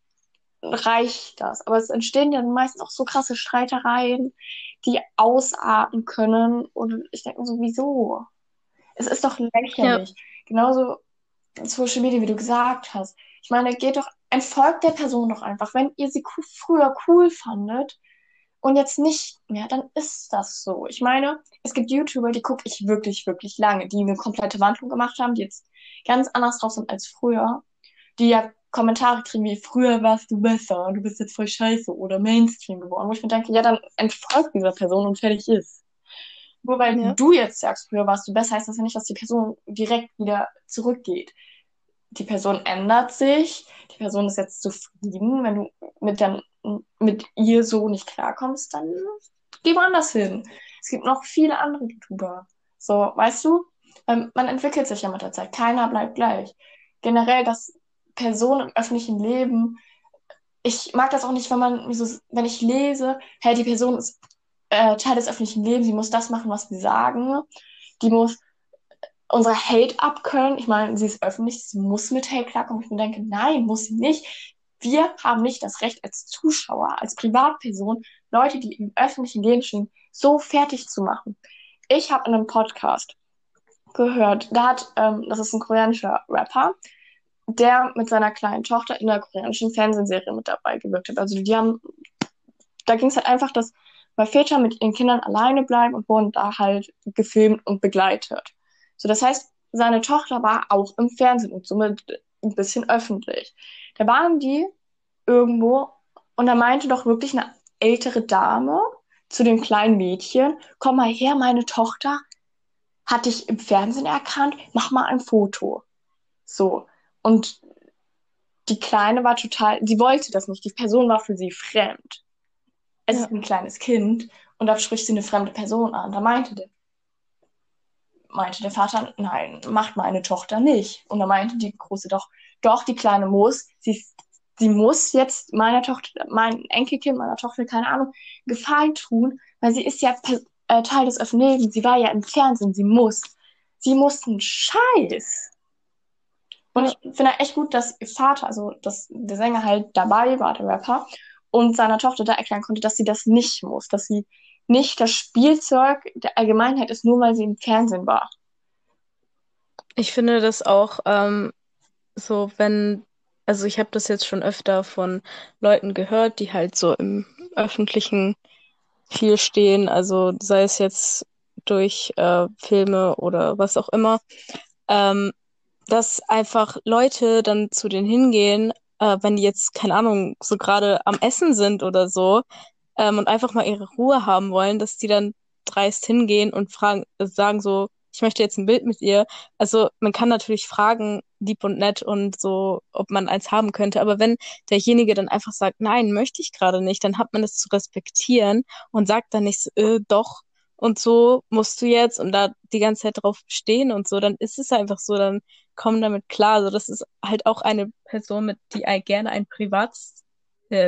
reicht das. Aber es entstehen ja meistens auch so krasse Streitereien, die ausarten können. Und ich denke mir so, wieso? Es ist doch Ja, lächerlich. Genauso Social Media, wie du gesagt hast. Ich meine, geht doch, entfolgt der Person doch einfach. Wenn ihr sie früher cool fandet und jetzt nicht mehr, dann ist das so. Ich meine, es gibt YouTuber, die gucke ich wirklich, wirklich lange, die eine komplette Wandlung gemacht haben, die jetzt ganz anders drauf sind als früher, die ja Kommentare kriegen wie, früher warst du besser, du bist jetzt voll scheiße oder Mainstream geworden, wo ich mir denke, ja, dann entfolgt dieser Person und fertig ist. Nur weil ja, du jetzt sagst, früher warst du besser, heißt das ja nicht, dass die Person direkt wieder zurückgeht. Die Person ändert sich, die Person ist jetzt zufrieden. Wenn du mit ihr so nicht klarkommst, dann geh woanders hin. Es gibt noch viele andere YouTuber. So, weißt du, man entwickelt sich ja mit der Zeit. Keiner bleibt gleich. Generell, dass Personen im öffentlichen Leben, ich mag das auch nicht, wenn ich lese, hey, die Person ist Teil des öffentlichen Lebens, sie muss das machen, was wir sagen. Die muss unsere Hate abkönnen. Ich meine, sie ist öffentlich, sie muss mit Hate klarkommen. Ich mir denke, nein, muss sie nicht. Wir haben nicht das Recht als Zuschauer, als Privatperson, Leute, die im öffentlichen Leben stehen, so fertig zu machen. Ich habe in einem Podcast gehört, das ist ein koreanischer Rapper, der mit seiner kleinen Tochter in der koreanischen Fernsehserie mit dabei gewirkt hat. Also da ging es halt einfach, dass weil Väter mit ihren Kindern alleine bleiben und wurden da halt gefilmt und begleitet. So, das heißt, seine Tochter war auch im Fernsehen und somit ein bisschen öffentlich. Da waren die irgendwo und da meinte doch wirklich eine ältere Dame zu dem kleinen Mädchen, komm mal her, meine Tochter hat dich im Fernsehen erkannt, mach mal ein Foto. So. Und die Kleine war total, sie wollte das nicht, die Person war für sie fremd. Es ja. ist ein kleines Kind und da spricht sie eine fremde Person an. Da meinte der Vater, nein, macht meine Tochter nicht. Und da meinte die Große doch, die Kleine muss, sie muss jetzt meiner Tochter, mein Enkelkind, meiner Tochter, keine Ahnung, Gefallen tun, weil sie ist ja Teil des öffentlichen Lebens, sie war ja im Fernsehen, sie muss einen Scheiß. Und Ja. ich finde echt gut, dass ihr Vater, also dass der Sänger halt dabei war, der Rapper, und seiner Tochter da erklären konnte, dass sie das nicht muss, dass sie nicht das Spielzeug der Allgemeinheit ist, nur weil sie im Fernsehen war. Ich finde das auch so, wenn, also ich habe das jetzt schon öfter von Leuten gehört, die halt so im öffentlichen viel stehen, also sei es jetzt durch Filme oder was auch immer, ähm, dass einfach Leute dann zu denen hingehen, wenn die jetzt, keine Ahnung, so gerade am Essen sind oder so, und einfach mal ihre Ruhe haben wollen, dass die dann dreist hingehen und fragen, sagen so, ich möchte jetzt ein Bild mit ihr. Also man kann natürlich fragen, lieb und nett und so, ob man eins haben könnte, aber wenn derjenige dann einfach sagt, nein, möchte ich gerade nicht, dann hat man es zu respektieren und sagt dann nicht so, doch. Und so musst du jetzt und da die ganze Zeit drauf bestehen und so, dann ist es einfach so, dann komm damit klar. Also das ist halt auch eine Person, mit die gerne ein äh,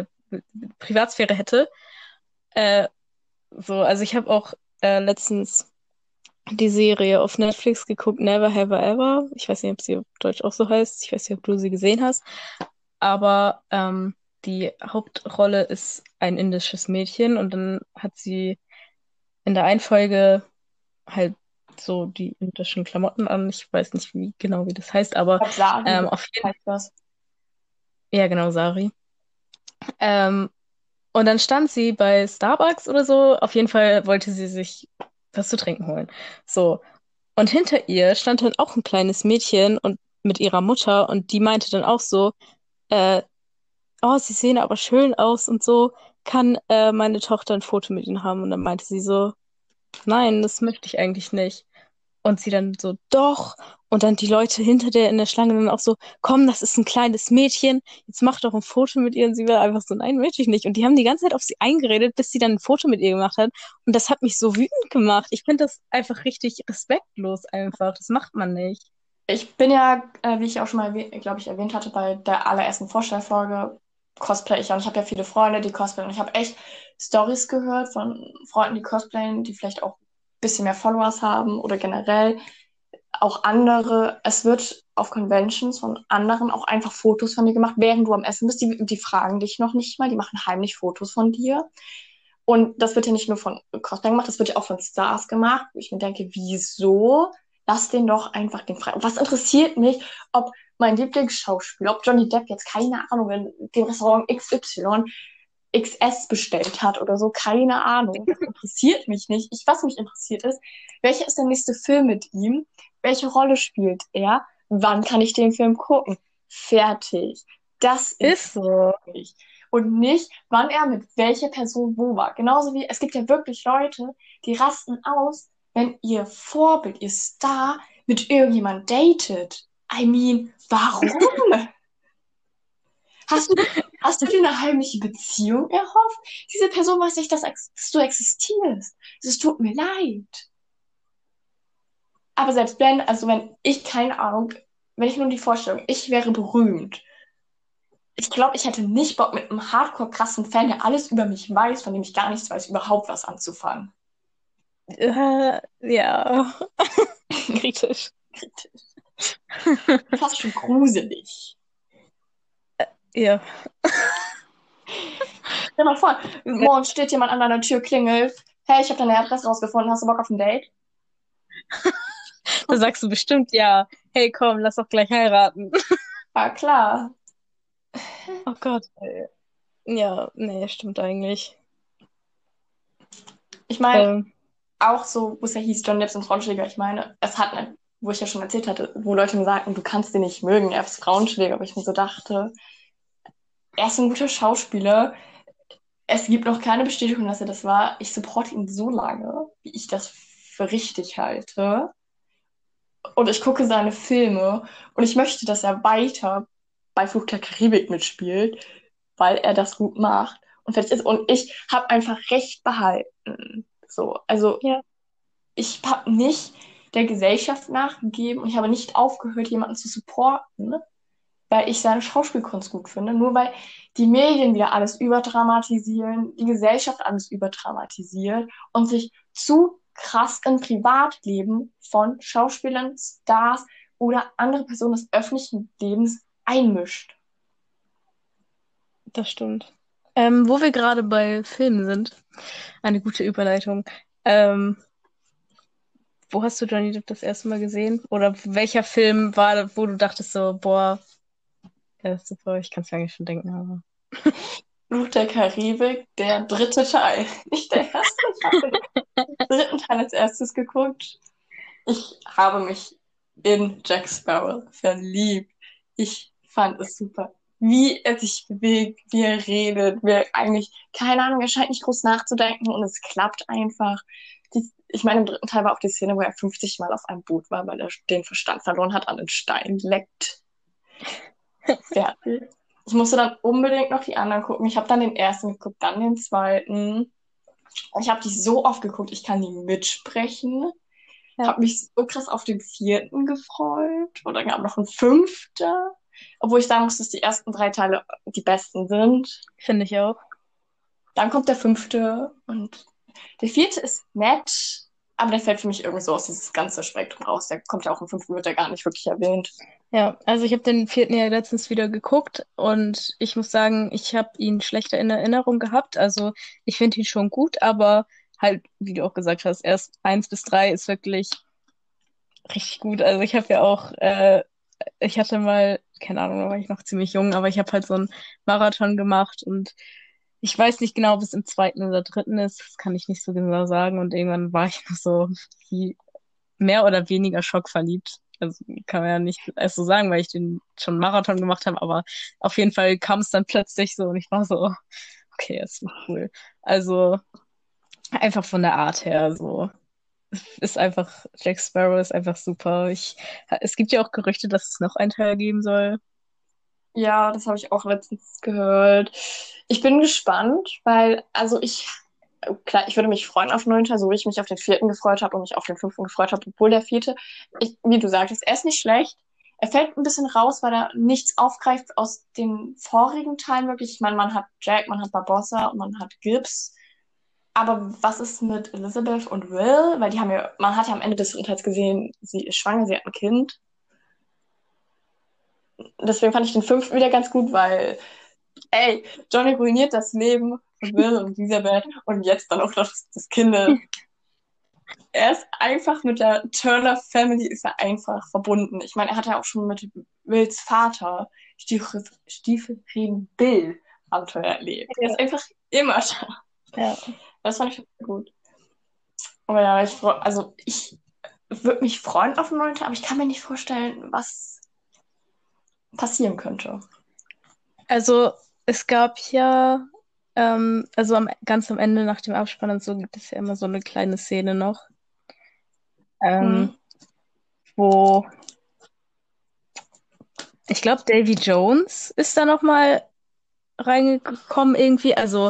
Privatsphäre hätte. Äh, so, also ich habe auch letztens die Serie auf Netflix geguckt, Never Have I Ever. Ich weiß nicht, ob sie auf Deutsch auch so heißt. Ich weiß nicht, ob du sie gesehen hast. Aber die Hauptrolle ist ein indisches Mädchen und dann hat sie in der einen Folge halt so die indischen Klamotten an. Ich weiß nicht wie das heißt, Ich aber glaube, Sari auf jeden heißt das. ja genau, Sari. Ähm, und dann stand sie bei Starbucks oder so. Auf jeden Fall wollte sie sich was zu trinken holen. So. Und hinter ihr stand dann auch ein kleines Mädchen und mit ihrer Mutter und die meinte dann auch so, äh, oh, sie sehen aber schön aus und so, kann meine Tochter ein Foto mit ihnen haben? Und dann meinte sie so, nein, das möchte ich eigentlich nicht. Und sie dann so, doch. Und dann die Leute hinter der in der Schlange dann auch so, komm, das ist ein kleines Mädchen, jetzt mach doch ein Foto mit ihr. Und sie war einfach so, nein, möchte ich nicht. Und die haben die ganze Zeit auf sie eingeredet, bis sie dann ein Foto mit ihr gemacht hat. Und das hat mich so wütend gemacht. Ich finde das einfach richtig respektlos einfach. Das macht man nicht. Ich bin ja, wie ich auch schon mal, glaube ich, erwähnt hatte, bei der allerersten Vorstellfolge cosplay ich ja. Und ich habe ja viele Freunde, die cosplayen. Und ich habe echt Stories gehört von Freunden, die cosplayen, die vielleicht auch ein bisschen mehr Followers haben oder generell auch andere. Es wird auf Conventions von anderen auch einfach Fotos von dir gemacht, während du am Essen bist. Die fragen dich noch nicht mal, die machen heimlich Fotos von dir. Und das wird ja nicht nur von Cosplay gemacht, das wird ja auch von Stars gemacht, wo ich mir denke, wieso? Lass den doch einfach den frei. Was interessiert mich, ob mein Lieblingsschauspieler, ob Johnny Depp jetzt, keine Ahnung, in dem Restaurant XY XS bestellt hat oder so, keine Ahnung. Das interessiert mich nicht. Was mich interessiert ist, welcher ist der nächste Film mit ihm? Welche Rolle spielt er? Wann kann ich den Film gucken? Fertig. Das Ist interessiert so. mich. Und nicht, wann er mit welcher Person wo war. Genauso wie es gibt ja wirklich Leute, die rasten aus, wenn ihr Vorbild, ihr Star mit irgendjemand datet. I mean, warum? Hast du, hast du dir eine heimliche Beziehung erhofft? Diese Person weiß nicht, dass du existierst. Es tut mir leid. Aber selbst wenn, also wenn ich, keine Ahnung, wenn ich nur die Vorstellung, ich wäre berühmt. Ich glaube, ich hätte nicht Bock mit einem hardcore krassen Fan, der alles über mich weiß, von dem ich gar nichts weiß, überhaupt was anzufangen. Ja, kritisch. Fast schon gruselig. Ja. Stell dir mal vor, morgen steht jemand an deiner Tür, klingelt. Hey, ich habe deine Adresse rausgefunden, hast du Bock auf ein Date? Da sagst du bestimmt ja, hey komm, lass doch gleich heiraten. Ja, klar. Oh Gott. Ey. Ja, nee, stimmt eigentlich. Ich meine, Ähm, auch so, wo es ja hieß, John Depp ist ein Frauenschläger, ich meine, es hat, wo ich ja schon erzählt hatte, wo Leute mir sagten, du kannst den nicht mögen, er ist Frauenschläger, aber ich mir so dachte, er ist ein guter Schauspieler, es gibt noch keine Bestätigung, dass er das war. Ich supporte ihn so lange, wie ich das für richtig halte. Und ich gucke seine Filme und ich möchte, dass er weiter bei Fluch der Karibik mitspielt, weil er das gut macht und fertig ist. Und ich habe einfach Recht behalten. So, also ja, ich habe nicht der Gesellschaft nachgegeben und ich habe nicht aufgehört, jemanden zu supporten, weil ich seine Schauspielkunst gut finde, nur weil die Medien wieder alles überdramatisieren, die Gesellschaft alles überdramatisiert und sich zu krass im Privatleben von Schauspielern, Stars oder andere Personen des öffentlichen Lebens einmischt. das stimmt. Wo wir gerade bei Filmen sind, eine gute Überleitung. Wo hast du Johnny Depp das erste Mal gesehen? Oder welcher Film war, wo du dachtest so, boah, der ist super, ich kann es mir eigentlich schon denken, aber. Fluch der Karibik, der dritte Teil. Nicht der erste, ich habe den dritten Teil als erstes geguckt. Ich habe mich in Jack Sparrow verliebt. Ich fand es super. Wie er sich bewegt, wie er redet, wie er eigentlich, keine Ahnung, er scheint nicht groß nachzudenken und es klappt einfach. Ich meine, im dritten Teil war auch die Szene, wo er 50 Mal auf einem Boot war, weil er den Verstand verloren hat, an den Stein leckt. Fertig. Ich musste dann unbedingt noch die anderen gucken. Ich habe dann den ersten geguckt, dann den zweiten. Und ich habe die so oft geguckt, ich kann die mitsprechen. Ja, Habe mich so krass auf den vierten gefreut. Und dann gab noch ein fünfter. Obwohl ich sagen muss, dass die ersten drei Teile die besten sind. finde ich auch. Dann kommt der fünfte und der vierte ist nett. Aber der fällt für mich irgendwie so aus dieses ganze Spektrum raus. Der kommt ja auch im fünften, wird ja gar nicht wirklich erwähnt. Ja, also ich habe den vierten ja letztens wieder geguckt und ich muss sagen, ich habe ihn schlechter in Erinnerung gehabt. Also ich finde ihn schon gut, aber halt, wie du auch gesagt hast, erst eins bis drei ist wirklich richtig gut. Also ich habe ja auch, ich hatte mal, keine Ahnung, da war ich noch ziemlich jung, aber ich habe halt so einen Marathon gemacht und ich weiß nicht genau, ob es im zweiten oder dritten ist, das kann ich nicht so genau sagen. Und irgendwann war ich noch so wie mehr oder weniger schockverliebt. Also kann man ja nicht erst so sagen, weil ich den schon einen Marathon gemacht habe, aber auf jeden Fall kam es dann plötzlich so und ich war so, okay, ist so cool. Also einfach von der Art her so. Ist einfach, Jack Sparrow ist einfach super. Es gibt ja auch Gerüchte, dass es noch einen Teil geben soll. Ja, das habe ich auch letztens gehört. Ich bin gespannt, weil, also klar, ich würde mich freuen auf den neunten Teil, so wie ich mich auf den vierten gefreut habe und mich auf den fünften gefreut habe, obwohl der vierte, wie du sagtest, er ist nicht schlecht. Er fällt ein bisschen raus, weil er nichts aufgreift aus den vorigen Teilen wirklich. Ich meine, man hat Jack, man hat Barbossa und man hat Gibbs. Aber was ist mit Elizabeth und Will? Weil die haben ja, man hat ja am Ende des dritten Teils gesehen, sie ist schwanger, sie hat ein Kind. Deswegen fand ich den fünften wieder ganz gut, weil, ey, Johnny ruiniert das Leben von Will und Elisabeth und jetzt dann auch noch des Kindes. Er ist einfach mit der Turner Family ist er einfach verbunden. Ich meine, er hat ja auch schon mit Wills Vater Stiefelriemen Bill Abenteuer erlebt. Er Ja. ist einfach immer da. Ja. Das fand ich gut. Aber ja, ich würde mich freuen auf den neunten, aber ich kann mir nicht vorstellen, was passieren könnte. Also es gab ja, also ganz am Ende nach dem Abspann und so gibt es ja immer so eine kleine Szene noch, Hm. ähm, wo ich glaube, Davy Jones ist da noch mal reingekommen irgendwie, also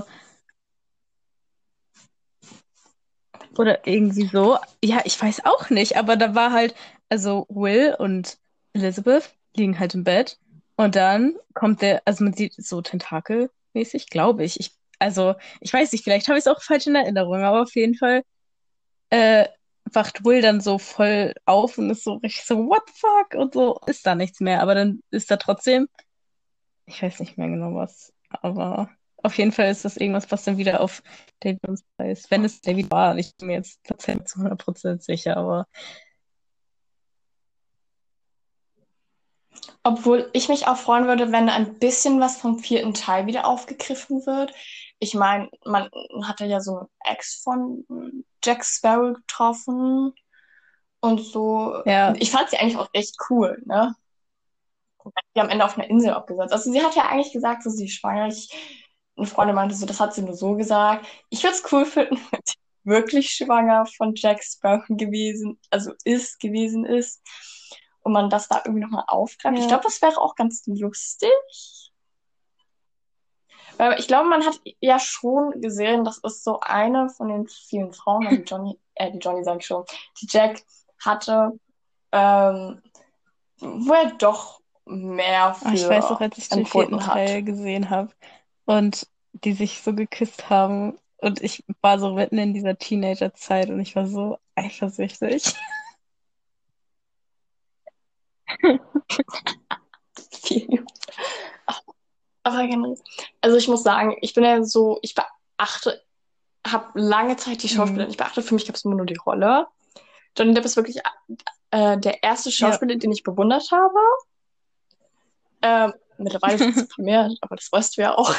oder irgendwie so. Ja, ich weiß auch nicht, aber da war halt, also Will und Elizabeth liegen halt im Bett und dann kommt also man sieht so tentakelmäßig, glaube ich. Also ich weiß nicht, vielleicht habe ich es auch falsch in Erinnerung, aber auf jeden Fall äh, wacht Will dann so voll auf und ist so richtig so, what the fuck? Und so ist da nichts mehr. Aber dann ist da trotzdem, ich weiß nicht mehr genau was, aber auf jeden Fall ist das irgendwas, was dann wieder auf David Jones ist. Wenn es David war, ich bin mir jetzt tatsächlich zu 100% sicher, aber Obwohl ich mich auch freuen würde, wenn ein bisschen was vom vierten Teil wieder aufgegriffen wird. Ich meine, man hatte ja so einen Ex von Jack Sparrow getroffen und so. ja, Ich fand sie eigentlich auch echt cool, ne? Die am Ende auf einer Insel abgesetzt. Also sie hat ja eigentlich gesagt, so sie ist schwanger. Eine Freundin meinte so, das hat sie nur so gesagt. Ich würde es cool finden, wenn sie wirklich schwanger von Jack Sparrow gewesen, also gewesen ist. Und man das da irgendwie nochmal aufgreift. Ich ja, glaube, das wäre auch ganz lustig. Weil ich glaube, man hat ja schon gesehen, das ist so eine von den vielen Frauen, die Johnny sag ich schon, die Jack hatte, ähm, wo er doch mehr aber ich weiß noch, für als ich den vierten empfunden hat. Teil gesehen habe und die sich so geküsst haben und ich war so mitten in dieser Teenagerzeit und ich war so eifersüchtig. Aber generell, also ich muss sagen, ich bin ja so, ich beachte, habe lange Zeit die Schauspieler Hm. nicht beachtet. Für mich gab es immer nur die Rolle. Johnny Depp ist wirklich der erste Ja, Schauspieler, den ich bewundert habe. Mittlerweile sind es mehr, aber das weißt du ja auch.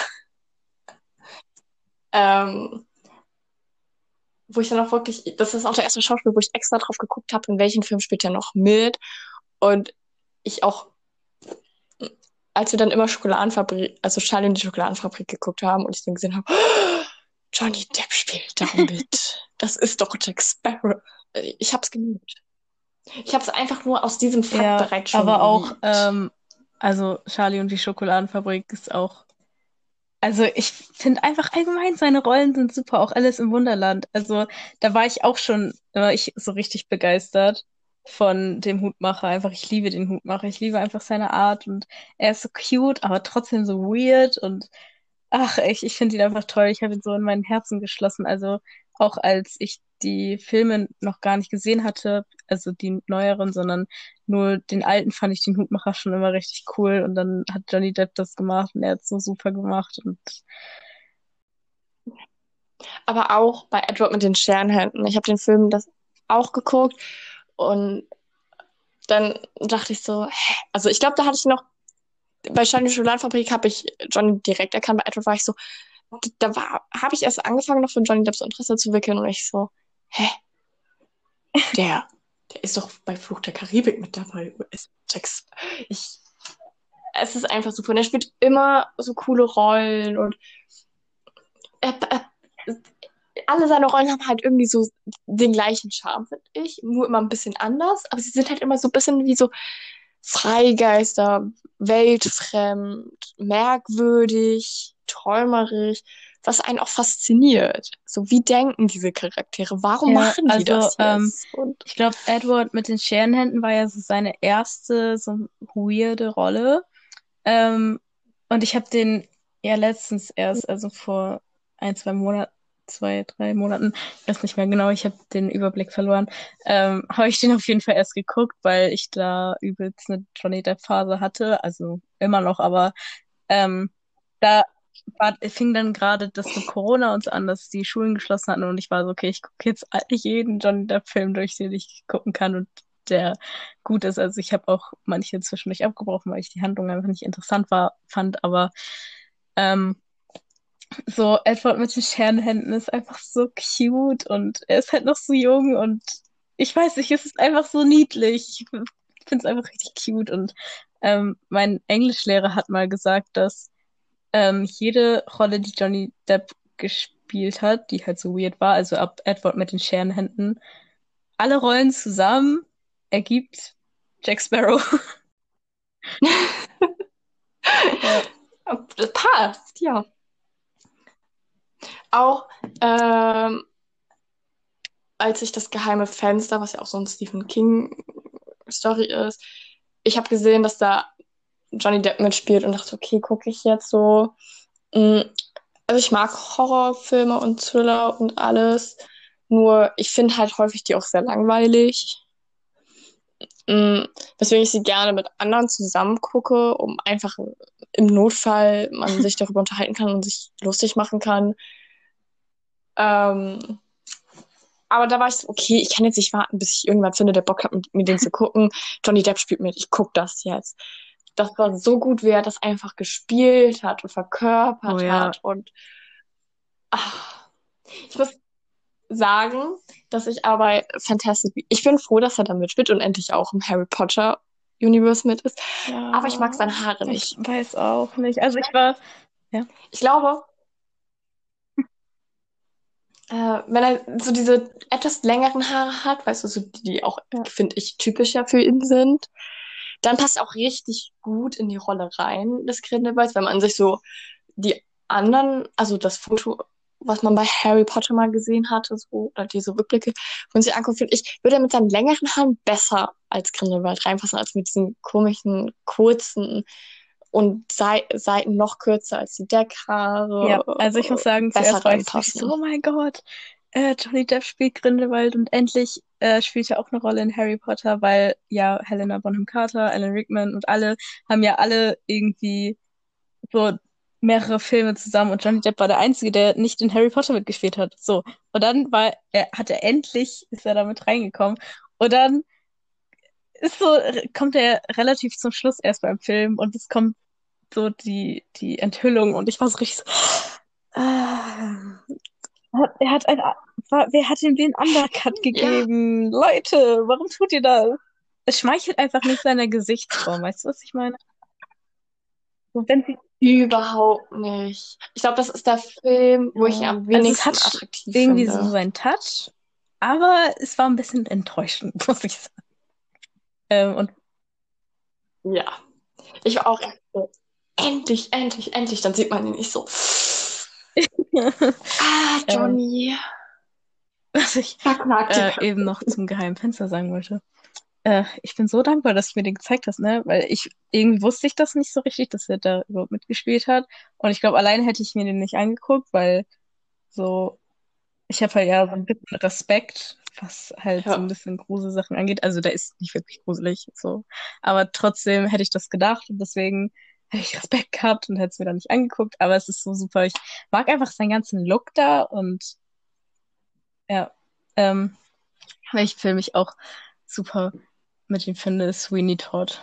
Ähm, wo ich dann auch wirklich, das ist auch der erste Schauspiel, wo ich extra drauf geguckt habe, in welchen Film spielt er noch mit. Und ich auch, als wir dann immer Schokoladenfabrik, also Charlie und die Schokoladenfabrik geguckt haben und ich dann gesehen habe, oh, Johnny Depp spielt da mit. Das ist doch Jack Sparrow. Ich hab's geliebt. Ich hab's einfach nur aus diesem Fakt ja, bereits schon aber auch, geliebt. also Charlie und die Schokoladenfabrik ist auch, also ich finde einfach allgemein seine Rollen sind super, auch Alice im Wunderland. Also da war ich so richtig begeistert von dem Hutmacher. Einfach, ich liebe den Hutmacher, ich liebe einfach seine Art und er ist so cute, aber trotzdem so weird und ach, ich finde ihn einfach toll. Ich habe ihn so in mein Herzen geschlossen. Also auch als ich die Filme noch gar nicht gesehen hatte, also die neueren, sondern nur den alten, fand ich den Hutmacher schon immer richtig cool. Und dann hat Johnny Depp das gemacht und er hat es so super gemacht. Und Aber auch bei Edward mit den Scherenhänden. Ich habe den Film das auch geguckt und dann dachte ich so, hä? Also ich glaube, da hatte ich noch, bei Charlie Schokoladenfabrik habe ich Johnny direkt erkannt, bei Edward war ich so, da habe ich erst angefangen, noch für Johnny Depp so Interesse zu wickeln und ich so, hä, der, der ist doch bei Fluch der Karibik mit dabei. Ich, es ist einfach super. Und er spielt immer so coole Rollen und er, alle seine Rollen haben halt irgendwie so den gleichen Charme, finde ich. Nur immer ein bisschen anders. Aber sie sind halt immer so ein bisschen wie so Freigeister, weltfremd, merkwürdig, träumerisch, was einen auch fasziniert. So, wie denken diese Charaktere? Warum ja, machen die also das jetzt? Und ich glaube, Edward mit den Scherenhänden war ja so seine erste so weirde Rolle. Ähm, und ich habe den ja letztens erst, also vor 1, 2 Monaten, 2, 3 Monaten, ich weiß nicht mehr genau, ich habe den Überblick verloren, habe ich den auf jeden Fall erst geguckt, weil ich da übelst eine Johnny Depp-Phase hatte, also immer noch, aber ähm, da fing dann gerade das mit Corona und so an, dass die Schulen geschlossen hatten und ich war so, okay, ich gucke jetzt jeden Johnny Depp-Film durch, den ich gucken kann und der gut ist. Also ich habe auch manche zwischendurch abgebrochen, weil ich die Handlung einfach nicht interessant fand, aber ähm, so Edward mit den Scherenhänden ist einfach so cute und er ist halt noch so jung und ich weiß nicht, es ist einfach so niedlich. Ich finde es einfach richtig cute und mein Englischlehrer hat mal gesagt, dass jede Rolle, die Johnny Depp gespielt hat, die halt so weird war, also ab Edward mit den Scherenhänden, alle Rollen zusammen ergibt Jack Sparrow. Ja. das passt, ja. Auch als ich das geheime Fenster, was ja auch so ein Stephen King-Story ist, ich habe gesehen, dass da Johnny Depp mitspielt und dachte, okay, gucke ich jetzt so. Mm, Also ich mag Horrorfilme und Thriller und alles. Nur ich finde halt häufig die auch sehr langweilig. Mm, Weswegen ich sie gerne mit anderen zusammen gucke, um einfach im Notfall man sich darüber unterhalten kann und sich lustig machen kann. Ähm, aber da war ich so, okay, ich kann jetzt nicht warten, bis ich irgendwann finde, der Bock hat, mit mir den zu gucken. Johnny Depp spielt mit, ich gucke das jetzt. Das war so gut, wie er das einfach gespielt hat und Oh verkörpert ja. hat. Und ach, ich muss sagen, dass ich aber bei ich bin froh, dass er da mitspielt und endlich auch im Harry Potter Universe mit ist. Aber ich mag Ja, seine Haare ich nicht. weiß auch nicht. Also ich war, ja. Ich glaube, wenn er so diese etwas längeren Haare hat, weißt du, so die auch, Ja. finde ich, typisch ja für ihn sind, dann passt er auch richtig gut in die Rolle rein des Grindelwalds, wenn man sich so die anderen, also das Foto, was man bei Harry Potter mal gesehen hatte, so, oder diese Rückblicke von sich anguckt, finde ich, würde er mit seinen längeren Haaren besser als Grindelwald reinpassen, als mit diesen komischen, kurzen und Seiten noch kürzer als die Ja, also ich muss Deckhaare sagen, besser zuerst war ich so richtig so, reinpassen. oh mein Gott, Johnny Depp spielt Grindelwald und endlich spielt er auch eine Rolle in Harry Potter, weil ja Helena Bonham Carter, Alan Rickman und alle haben ja alle irgendwie so mehrere Filme zusammen und Johnny Depp war der Einzige, der nicht in Harry Potter mitgespielt hat. So. Und dann ist er damit reingekommen. Und dann kommt er relativ zum Schluss erst beim Film und es kommt so die Enthüllung und ich war so richtig so, ah, er hat wer hat ihm den Undercut Ja, gegeben? Leute, warum tut ihr das? Es schmeichelt einfach nicht seiner Gesichtsform, weißt du, was ich meine? So, wenn sie überhaupt nicht. Ich glaube, das ist der Film, wo ich ihn Ja, am also es wenigsten hat attraktiv irgendwie so finde. seinen Touch, aber es war ein bisschen enttäuschend, muss ich sagen. Und Ja. Ich war auch so, endlich, endlich, endlich. Dann sieht man ihn nicht so. Ah, ähm, Johnny. was ich Sag mag die eben noch zum geheimen Fenster sagen wollte. Ich bin so dankbar, dass du mir den gezeigt hast, ne? Weil irgendwie wusste ich das nicht so richtig, dass er da überhaupt mitgespielt hat. Und ich glaube, allein hätte ich mir den nicht angeguckt, weil so Ich habe halt ja so ein bisschen Respekt, was halt so ein Ja. bisschen Gruselsachen angeht. Also der ist nicht wirklich gruselig, so. Aber trotzdem hätte ich das gedacht und deswegen hätte ich Respekt gehabt und hätte es mir dann nicht angeguckt. Aber es ist so super. Ich mag einfach seinen ganzen Look da und ja, ähm, welchen Film ich auch super mit ihm finde, ist Sweeney Todd.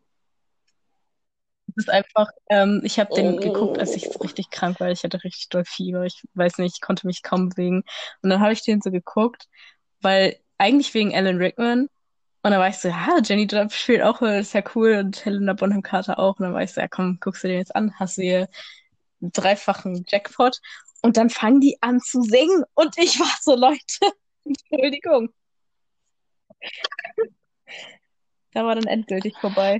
Das ist einfach, ich habe den geguckt, als ich so Oh. richtig krank war. Ich hatte richtig doll Fieber. Ich weiß nicht, ich konnte mich kaum bewegen. Und dann habe ich den so geguckt, weil eigentlich wegen Alan Rickman. Und dann war ich so, ja, Jenny Depp spielt auch, ist ja cool. Und Helena Bonham Carter auch. Und dann war ich so, ja, komm, guckst du den jetzt an. Hast du hier einen dreifachen Jackpot. Und dann fangen die an zu singen. Und ich war so, Leute, Entschuldigung. Da war dann endgültig vorbei.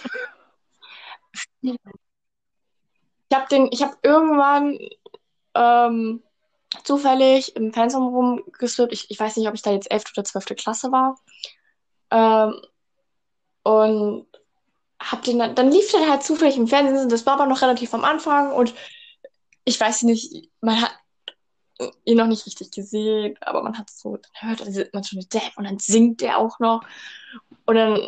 Ich habe irgendwann ähm, zufällig im Fernsehen rumgeswippt. Ich weiß nicht, ob ich da jetzt 11. oder 12. Klasse war. Ähm, und hab den dann lief der halt zufällig im Fernsehen. Das war aber noch relativ am Anfang und ich weiß nicht, man hat ihn noch nicht richtig gesehen, aber man hat so, dann hört man schon den Depp und dann singt der auch noch und dann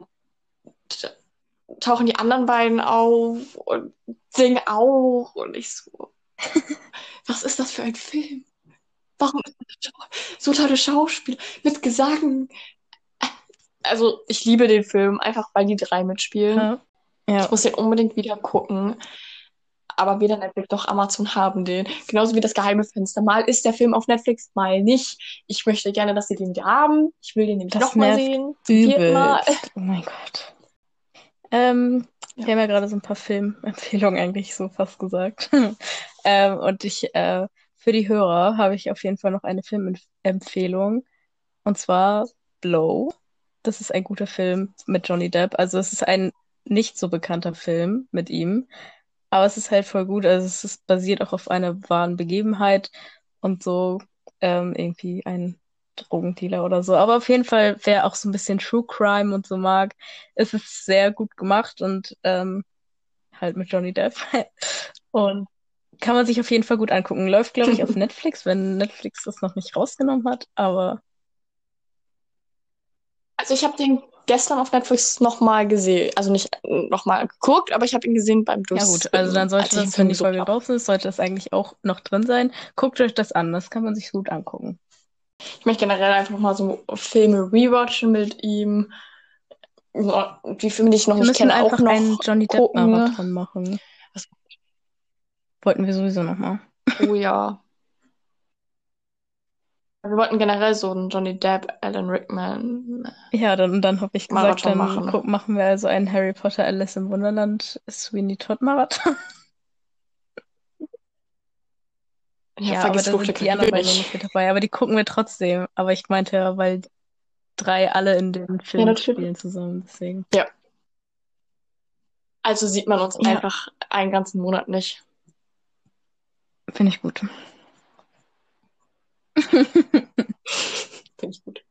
tauchen die anderen beiden auf und singen auch und ich so, was ist das für ein Film? Warum ist das so tolle Schauspiel mit Gesang? Also ich liebe den Film, einfach weil die drei mitspielen. Ja, Ich ja, muss den unbedingt wieder gucken. Aber weder Netflix noch Amazon haben den. Genauso wie das geheime Fenster. Mal ist der Film auf Netflix, mal nicht. Ich möchte gerne, dass sie den wieder haben. Ich will den nämlich das nochmal nervt sehen. Zum vierten Mal. übelst. Oh mein Gott. Wir Ja. haben ja gerade so ein paar Filmempfehlungen eigentlich so fast gesagt. Und für die Hörer habe ich auf jeden Fall noch eine Filmempfehlung. Und zwar Blow. Das ist ein guter Film mit Johnny Depp. Also es ist ein nicht so bekannter Film mit ihm. Aber es ist halt voll gut. Also es ist basiert auch auf einer wahren Begebenheit und so irgendwie ein Drogendealer oder so. Aber auf jeden Fall, wer auch so ein bisschen True Crime und so mag, ist es sehr gut gemacht und halt mit Johnny Depp. Und kann man sich auf jeden Fall gut angucken. Läuft, glaube ich, auf Netflix, wenn Netflix das noch nicht rausgenommen hat. Aber Also ich habe den gestern auf Netflix nochmal gesehen. Also nicht nochmal geguckt, aber ich habe ihn gesehen beim ja gut, also dann Durchskippen, sollte als ich den das, wenn Film die gesucht Folge habe. raus ist, sollte das eigentlich auch noch drin sein. Guckt euch das an, das kann man sich gut angucken. Ich möchte generell einfach nochmal so Filme rewatchen mit ihm. Die Filme, die ich noch Wir nicht müssen kenne, auch einfach einen noch Johnny gucken. Depp-Marathon machen. Was- Wollten wir sowieso noch mal. Oh ja. Wir wollten generell so einen Johnny Depp, Alan Rickman Ja, dann habe ich gesagt, Marathon dann machen. machen wir also einen Harry Potter Alice im Wunderland Sweeney Todd Marathon. Ja, Ja, aber vergiss da Fluch der sind die anderen beiden noch König. nicht mit dabei. Aber die gucken wir trotzdem. Aber ich meinte ja, weil drei alle in dem Ja, Film natürlich. mitspielen zusammen. Deswegen. Ja, also sieht man uns Ja, einfach einen ganzen Monat nicht. finde ich gut. Finde ich gut.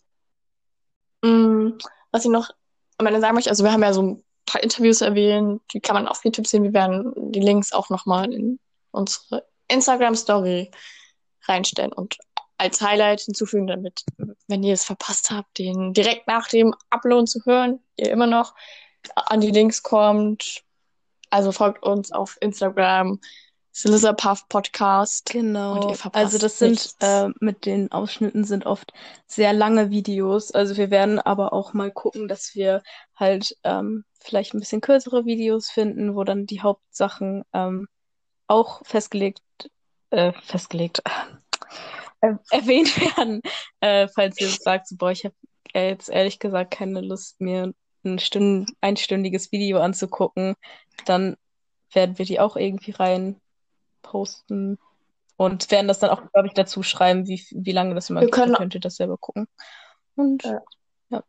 Mm, was ich noch am Ende sagen möchte, also wir haben ja so ein paar Interviews erwähnt, die kann man auf YouTube sehen. Wir werden die Links auch nochmal in unsere Instagram-Story reinstellen und als Highlight hinzufügen, damit, wenn ihr es verpasst habt, den direkt nach dem Upload zu hören, ihr immer noch an die Links kommt. Also folgt uns auf Instagram, Slytherpuff Podcast und ihr Genau. Also verpasst das sind nichts. mit den Ausschnitten sind oft sehr lange Videos. Also wir werden aber auch mal gucken, dass wir halt vielleicht ein bisschen kürzere Videos finden, wo dann die Hauptsachen auch festgelegt, erwähnt werden. Falls ihr sagt, so, boah, ich habe jetzt ehrlich gesagt keine Lust, mir einstündiges Video anzugucken, dann werden wir die auch irgendwie rein posten und werden das dann auch, glaube ich, dazu schreiben, wie lange das immer Wir geht. Dann können, könnt ihr das selber gucken. Und äh, ja,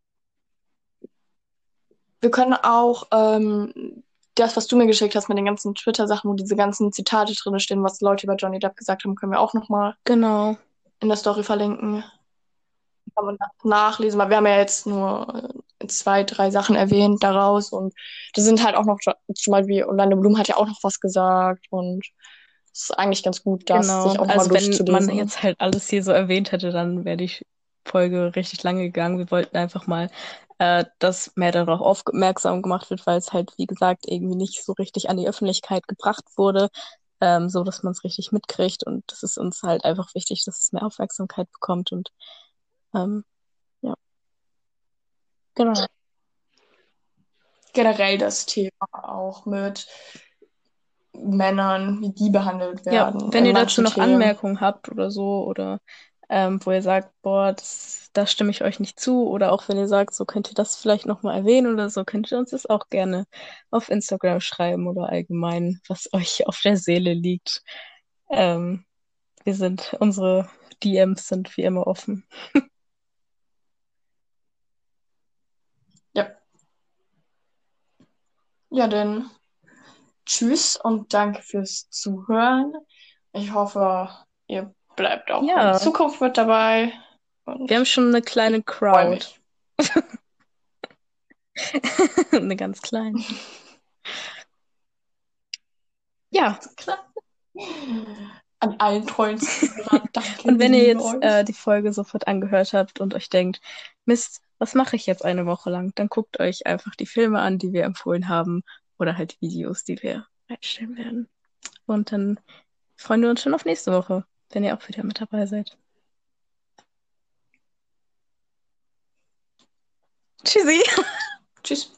wir können auch das, was du mir geschickt hast mit den ganzen Twitter-Sachen, wo diese ganzen Zitate drin stehen, was Leute über Johnny Depp gesagt haben, können wir auch nochmal genau. in der Story verlinken. Kann man nachlesen, weil wir haben ja jetzt nur zwei, drei Sachen erwähnt daraus und das sind halt auch noch, zum Beispiel Orlando Bloom hat ja auch noch was gesagt und ist eigentlich ganz gut, das Genau. sich auch nochmal Also wenn man durchzulesen. jetzt halt alles hier so erwähnt hätte, dann wäre die Folge richtig lange gegangen. Wir wollten einfach mal, dass mehr darauf aufmerksam gemacht wird, weil es halt, wie gesagt, irgendwie nicht so richtig an die Öffentlichkeit gebracht wurde, so dass man es richtig mitkriegt. Und das ist uns halt einfach wichtig, dass es mehr Aufmerksamkeit bekommt. Und ähm, ja, genau. Generell das Thema auch mit Männern, wie die behandelt Ja, werden wenn in ihr dazu manchen noch Themen. Anmerkungen habt oder so, oder wo ihr sagt, boah, da stimme ich euch nicht zu, oder auch wenn ihr sagt, so könnt ihr das vielleicht nochmal erwähnen oder so, könnt ihr uns das auch gerne auf Instagram schreiben oder allgemein, was euch auf der Seele liegt. Ähm, unsere DMs sind wie immer offen. Ja, ja, dann tschüss und danke fürs Zuhören. Ich hoffe, ihr bleibt auch in Ja, Zukunft mit dabei wir haben und schon eine ich kleine freue Crowd. mich. Eine ganz kleine. Ja, Klar. An allen treuen Zuhörern, danke, und wir wenn ihr lieben jetzt euch. die Folge sofort angehört habt und euch denkt, Mist, was mache ich jetzt eine Woche lang? Dann guckt euch einfach die Filme an, die wir empfohlen haben, oder halt Videos, die wir einstellen werden. Und dann freuen wir uns schon auf nächste Woche, wenn ihr auch wieder mit dabei seid. Tschüssi! Tschüss.